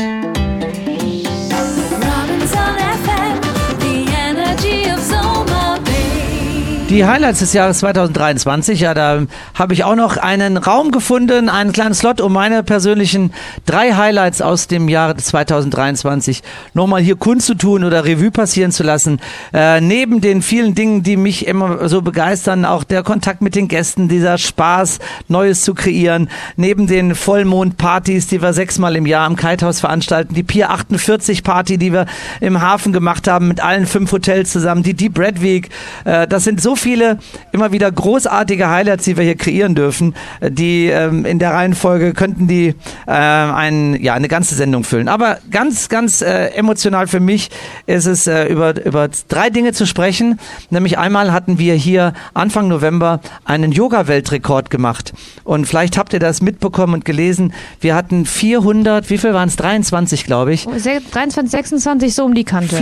Die Highlights des Jahres 2023, ja, da habe ich auch noch einen Raum gefunden, einen kleinen Slot, um meine persönlichen 3 Highlights aus dem Jahr 2023 nochmal hier kundzutun oder Revue passieren zu lassen. Neben den vielen Dingen, die mich immer so begeistern, auch der Kontakt mit den Gästen, dieser Spaß, Neues zu kreieren, neben den Vollmondpartys, die wir 6-mal im Jahr am Kitehaus veranstalten, die Pier 48 Party, die wir im Hafen gemacht haben, mit allen 5 Hotels zusammen, die Deep Red Week, das sind so viele immer wieder großartige Highlights, die wir hier kreieren dürfen, die in der Reihenfolge könnten die eine ganze Sendung füllen. Aber ganz emotional für mich ist es, über 3 Dinge zu sprechen. Nämlich einmal hatten wir hier Anfang November einen Yoga-Weltrekord gemacht. Und vielleicht habt ihr das mitbekommen und gelesen. Wir hatten 400, wie viel waren es? 23, glaube ich. 23, 26, so um die Kante.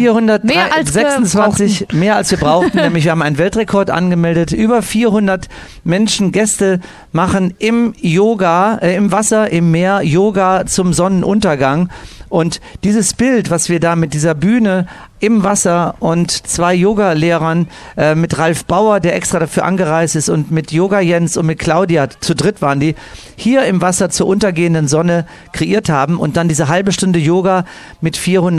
426, mehr als wir brauchten. Nämlich wir haben einen Weltrekord angemeldet. Über 400 Menschen, Gäste machen im Wasser, im Meer Yoga zum Sonnenuntergang. Und dieses Bild, was wir da mit dieser Bühne im Wasser und 2 Yoga-Lehrern mit Ralf Bauer, der extra dafür angereist ist, und mit Yoga Jens und mit Claudia, zu dritt waren die, hier im Wasser zur untergehenden Sonne kreiert haben und dann diese halbe Stunde Yoga mit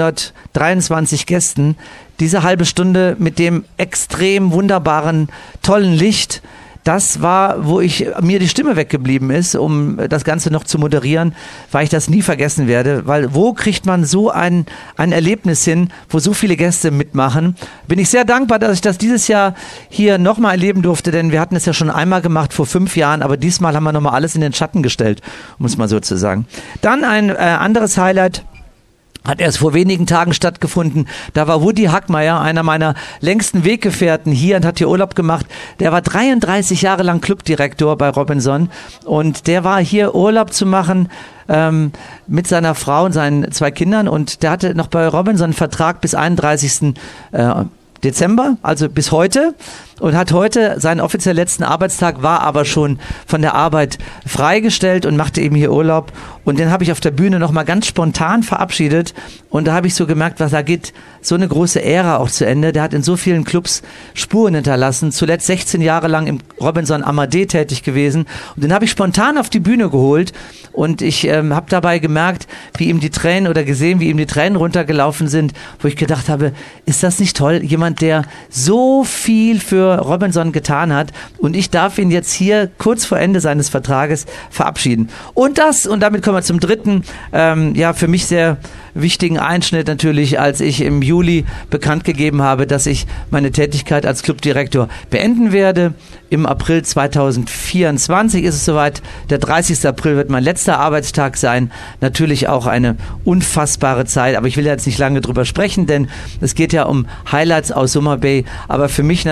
423 Gästen, diese halbe Stunde mit dem extrem wunderbaren, tollen Licht. Das war, wo mir die Stimme weggeblieben ist, um das Ganze noch zu moderieren, weil ich das nie vergessen werde. Weil wo kriegt man so ein Erlebnis hin, wo so viele Gäste mitmachen? Bin ich sehr dankbar, dass ich das dieses Jahr hier nochmal erleben durfte, denn wir hatten es ja schon einmal gemacht vor 5 Jahren, aber diesmal haben wir nochmal alles in den Schatten gestellt, um es mal so zu sagen. Dann ein anderes Highlight. Hat erst vor wenigen Tagen stattgefunden. Da war Woody Hackmeier, einer meiner längsten Weggefährten hier und hat hier Urlaub gemacht. Der war 33 Jahre lang Clubdirektor bei Robinson und der war hier Urlaub zu machen mit seiner Frau und seinen 2 Kindern und der hatte noch bei Robinson einen Vertrag bis 31. Dezember, also bis heute, und hat heute seinen offiziell letzten Arbeitstag, war aber schon von der Arbeit freigestellt und machte eben hier Urlaub. Und den habe ich auf der Bühne nochmal ganz spontan verabschiedet und da habe ich so gemerkt, was da geht, so eine große Ära auch zu Ende. Der hat in so vielen Clubs Spuren hinterlassen, zuletzt 16 Jahre lang im Robinson Amadee tätig gewesen und den habe ich spontan auf die Bühne geholt und ich habe dabei gemerkt, wie ihm die Tränen runtergelaufen sind, wo ich gedacht habe, ist das nicht toll, jemand, der so viel für Robinson getan hat und ich darf ihn jetzt hier kurz vor Ende seines Vertrages verabschieden. Und damit kommen wir zum dritten, für mich sehr wichtigen Einschnitt natürlich, als ich im Juli bekannt gegeben habe, dass ich meine Tätigkeit als Clubdirektor beenden werde. Im April 2024 ist es soweit. Der 30. April wird mein letzter Arbeitstag sein. Natürlich auch eine unfassbare Zeit, aber ich will jetzt nicht lange drüber sprechen, denn es geht ja um Highlights aus Summer Bay, aber für mich natürlich auch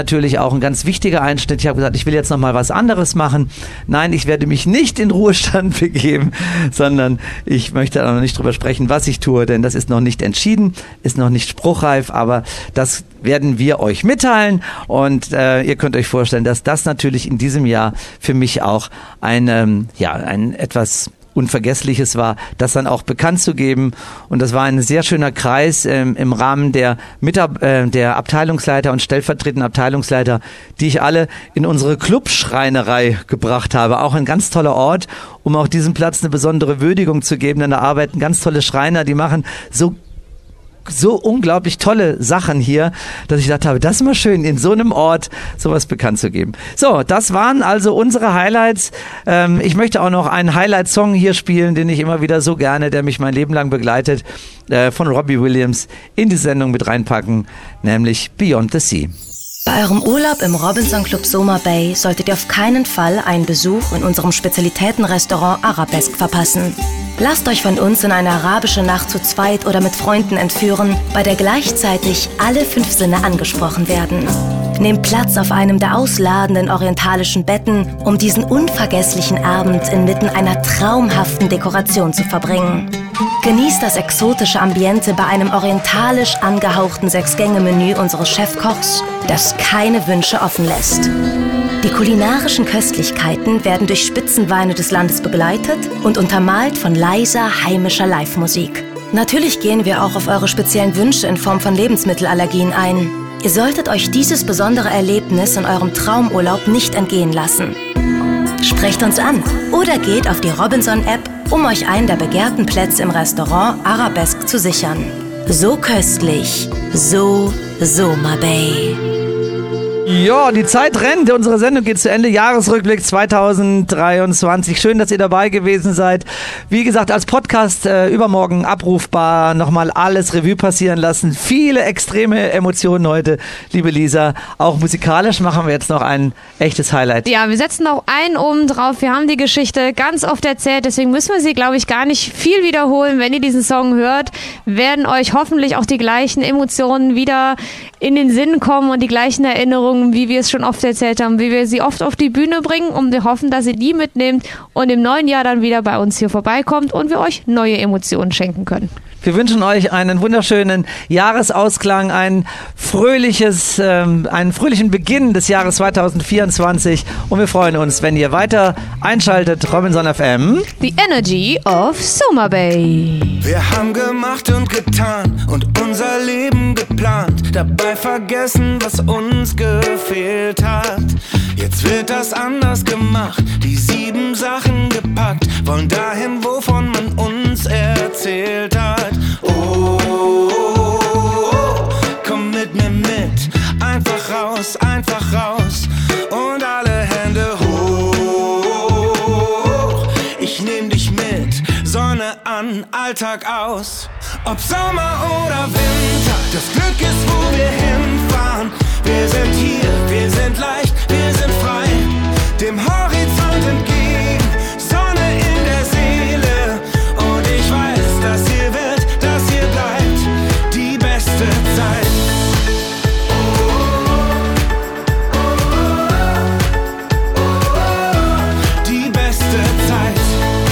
auch ein ganz wichtiger Einschnitt. Ich habe gesagt, ich will jetzt noch mal was anderes machen. Nein, ich werde mich nicht in Ruhestand begeben, sondern ich möchte auch noch nicht drüber sprechen, was ich tue, denn das ist noch nicht entschieden, ist noch nicht spruchreif, aber das werden wir euch mitteilen und ihr könnt euch vorstellen, dass das natürlich in diesem Jahr für mich auch ein etwas Unvergessliches war, das dann auch bekannt zu geben. Und das war ein sehr schöner Kreis im Rahmen der Abteilungsleiter und stellvertretenden Abteilungsleiter, die ich alle in unsere Clubschreinerei gebracht habe. Auch ein ganz toller Ort, um auch diesem Platz eine besondere Würdigung zu geben. Denn da arbeiten ganz tolle Schreiner, die machen so unglaublich tolle Sachen hier, dass ich gedacht habe, das ist mal schön, in so einem Ort sowas bekannt zu geben. So, das waren also unsere Highlights. Ich möchte auch noch einen Highlight-Song hier spielen, den ich immer wieder so gerne, der mich mein Leben lang begleitet, von Robbie Williams in die Sendung mit reinpacken, nämlich Beyond the Sea. Bei eurem Urlaub im Robinson Club Soma Bay solltet ihr auf keinen Fall einen Besuch in unserem Spezialitätenrestaurant Arabesque verpassen. Lasst euch von uns in eine arabische Nacht zu zweit oder mit Freunden entführen, bei der gleichzeitig alle 5 Sinne angesprochen werden. Nehmt Platz auf einem der ausladenden orientalischen Betten, um diesen unvergesslichen Abend inmitten einer traumhaften Dekoration zu verbringen. Genießt das exotische Ambiente bei einem orientalisch angehauchten 6-Gänge-Menü unseres Chefkochs, das keine Wünsche offen lässt. Die kulinarischen Köstlichkeiten werden durch Spitzenweine des Landes begleitet und untermalt von leiser, heimischer Live-Musik. Natürlich gehen wir auch auf eure speziellen Wünsche in Form von Lebensmittelallergien ein. Ihr solltet euch dieses besondere Erlebnis in eurem Traumurlaub nicht entgehen lassen. Sprecht uns an oder geht auf die Robinson-App, um euch einen der begehrten Plätze im Restaurant Arabesque zu sichern. So köstlich, so Soma Bay. Ja, die Zeit rennt. Unsere Sendung geht zu Ende. Jahresrückblick 2023. Schön, dass ihr dabei gewesen seid. Wie gesagt, als Podcast übermorgen abrufbar. Nochmal alles Revue passieren lassen. Viele extreme Emotionen heute, liebe Lisa. Auch musikalisch machen wir jetzt noch ein echtes Highlight. Ja, wir setzen noch einen oben drauf. Wir haben die Geschichte ganz oft erzählt. Deswegen müssen wir sie, glaube ich, gar nicht viel wiederholen. Wenn ihr diesen Song hört, werden euch hoffentlich auch die gleichen Emotionen wieder in den Sinn kommen und die gleichen Erinnerungen, wie wir es schon oft erzählt haben, wie wir sie oft auf die Bühne bringen, und wir hoffen, dass ihr die mitnehmt und im neuen Jahr dann wieder bei uns hier vorbeikommt und wir euch neue Emotionen schenken können. Wir wünschen euch einen wunderschönen Jahresausklang, einen fröhlichen Beginn des Jahres 2024 und wir freuen uns, wenn ihr weiter einschaltet. Robinson FM. The Energy of Soma Bay. Wir haben gemacht und getan und unser Leben geplant, dabei vergessen, was uns gefehlt hat. Jetzt wird das anders gemacht, die 7 Sachen gepackt, wollen dahin, wovon man uns erzählt hat. Oh, komm mit mir mit, einfach raus und alle Hände hoch. Ich nehm dich mit, Sonne an, Alltag aus. Ob Sommer oder Winter, das Glück ist, wo wir hinfahren. Wir sind hier, wir sind leicht, wir sind frei, dem Horizont entgegen, Sonne in der Seele. Und ich weiß, dass hier wird, dass hier bleibt die beste Zeit. Die beste Zeit.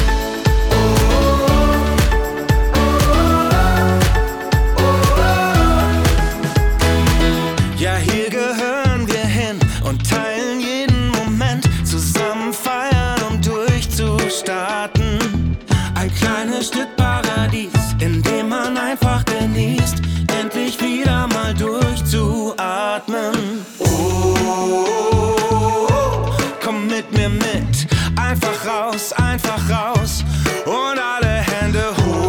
Ja, hier gehören wir hin und teilen jeden Moment, zusammen feiern, um durchzustarten. Ein kleines Stück Paradies, in dem man einfach genießt, endlich wieder mal durchzuatmen. Oh, komm mit mir mit, einfach raus und alle Hände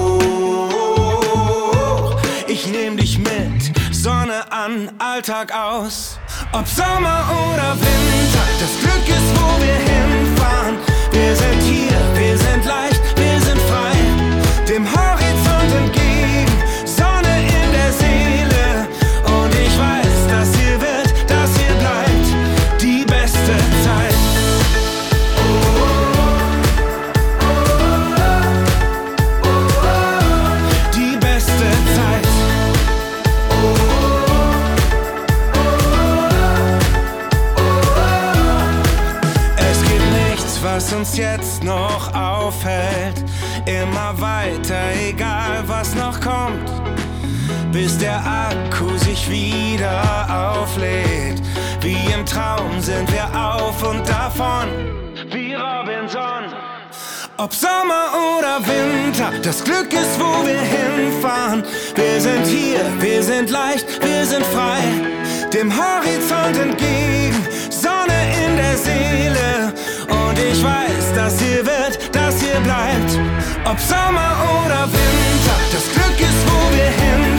hoch. Ich nehm dich mit, Sonne an, Alltag aus. Ob Sommer oder Winter, das Glück ist, wo wir hinfahren. Wir sind hier, wir sind leicht, wir sind frei, dem Horizont entgegen, Sonne in der Seele. Und ich weiß, dass hier wird, dass hier bleibt die beste Zeit. Die beste Zeit. was uns jetzt noch aufhält. Immer weiter, egal was noch kommt, bis der Akku sich wieder auflädt. Wie im Traum sind wir auf und davon, wie Robinson. Ob Sommer oder Winter, das Glück ist, wo wir hinfahren. Wir sind hier, wir sind leicht, wir sind frei. Dem Horizont entgegen, Sonne in der Seele. Und ich weiß, das hier wird, das hier bleibt. Ob Sommer oder Winter, das Glück ist, wo wir hinfahren.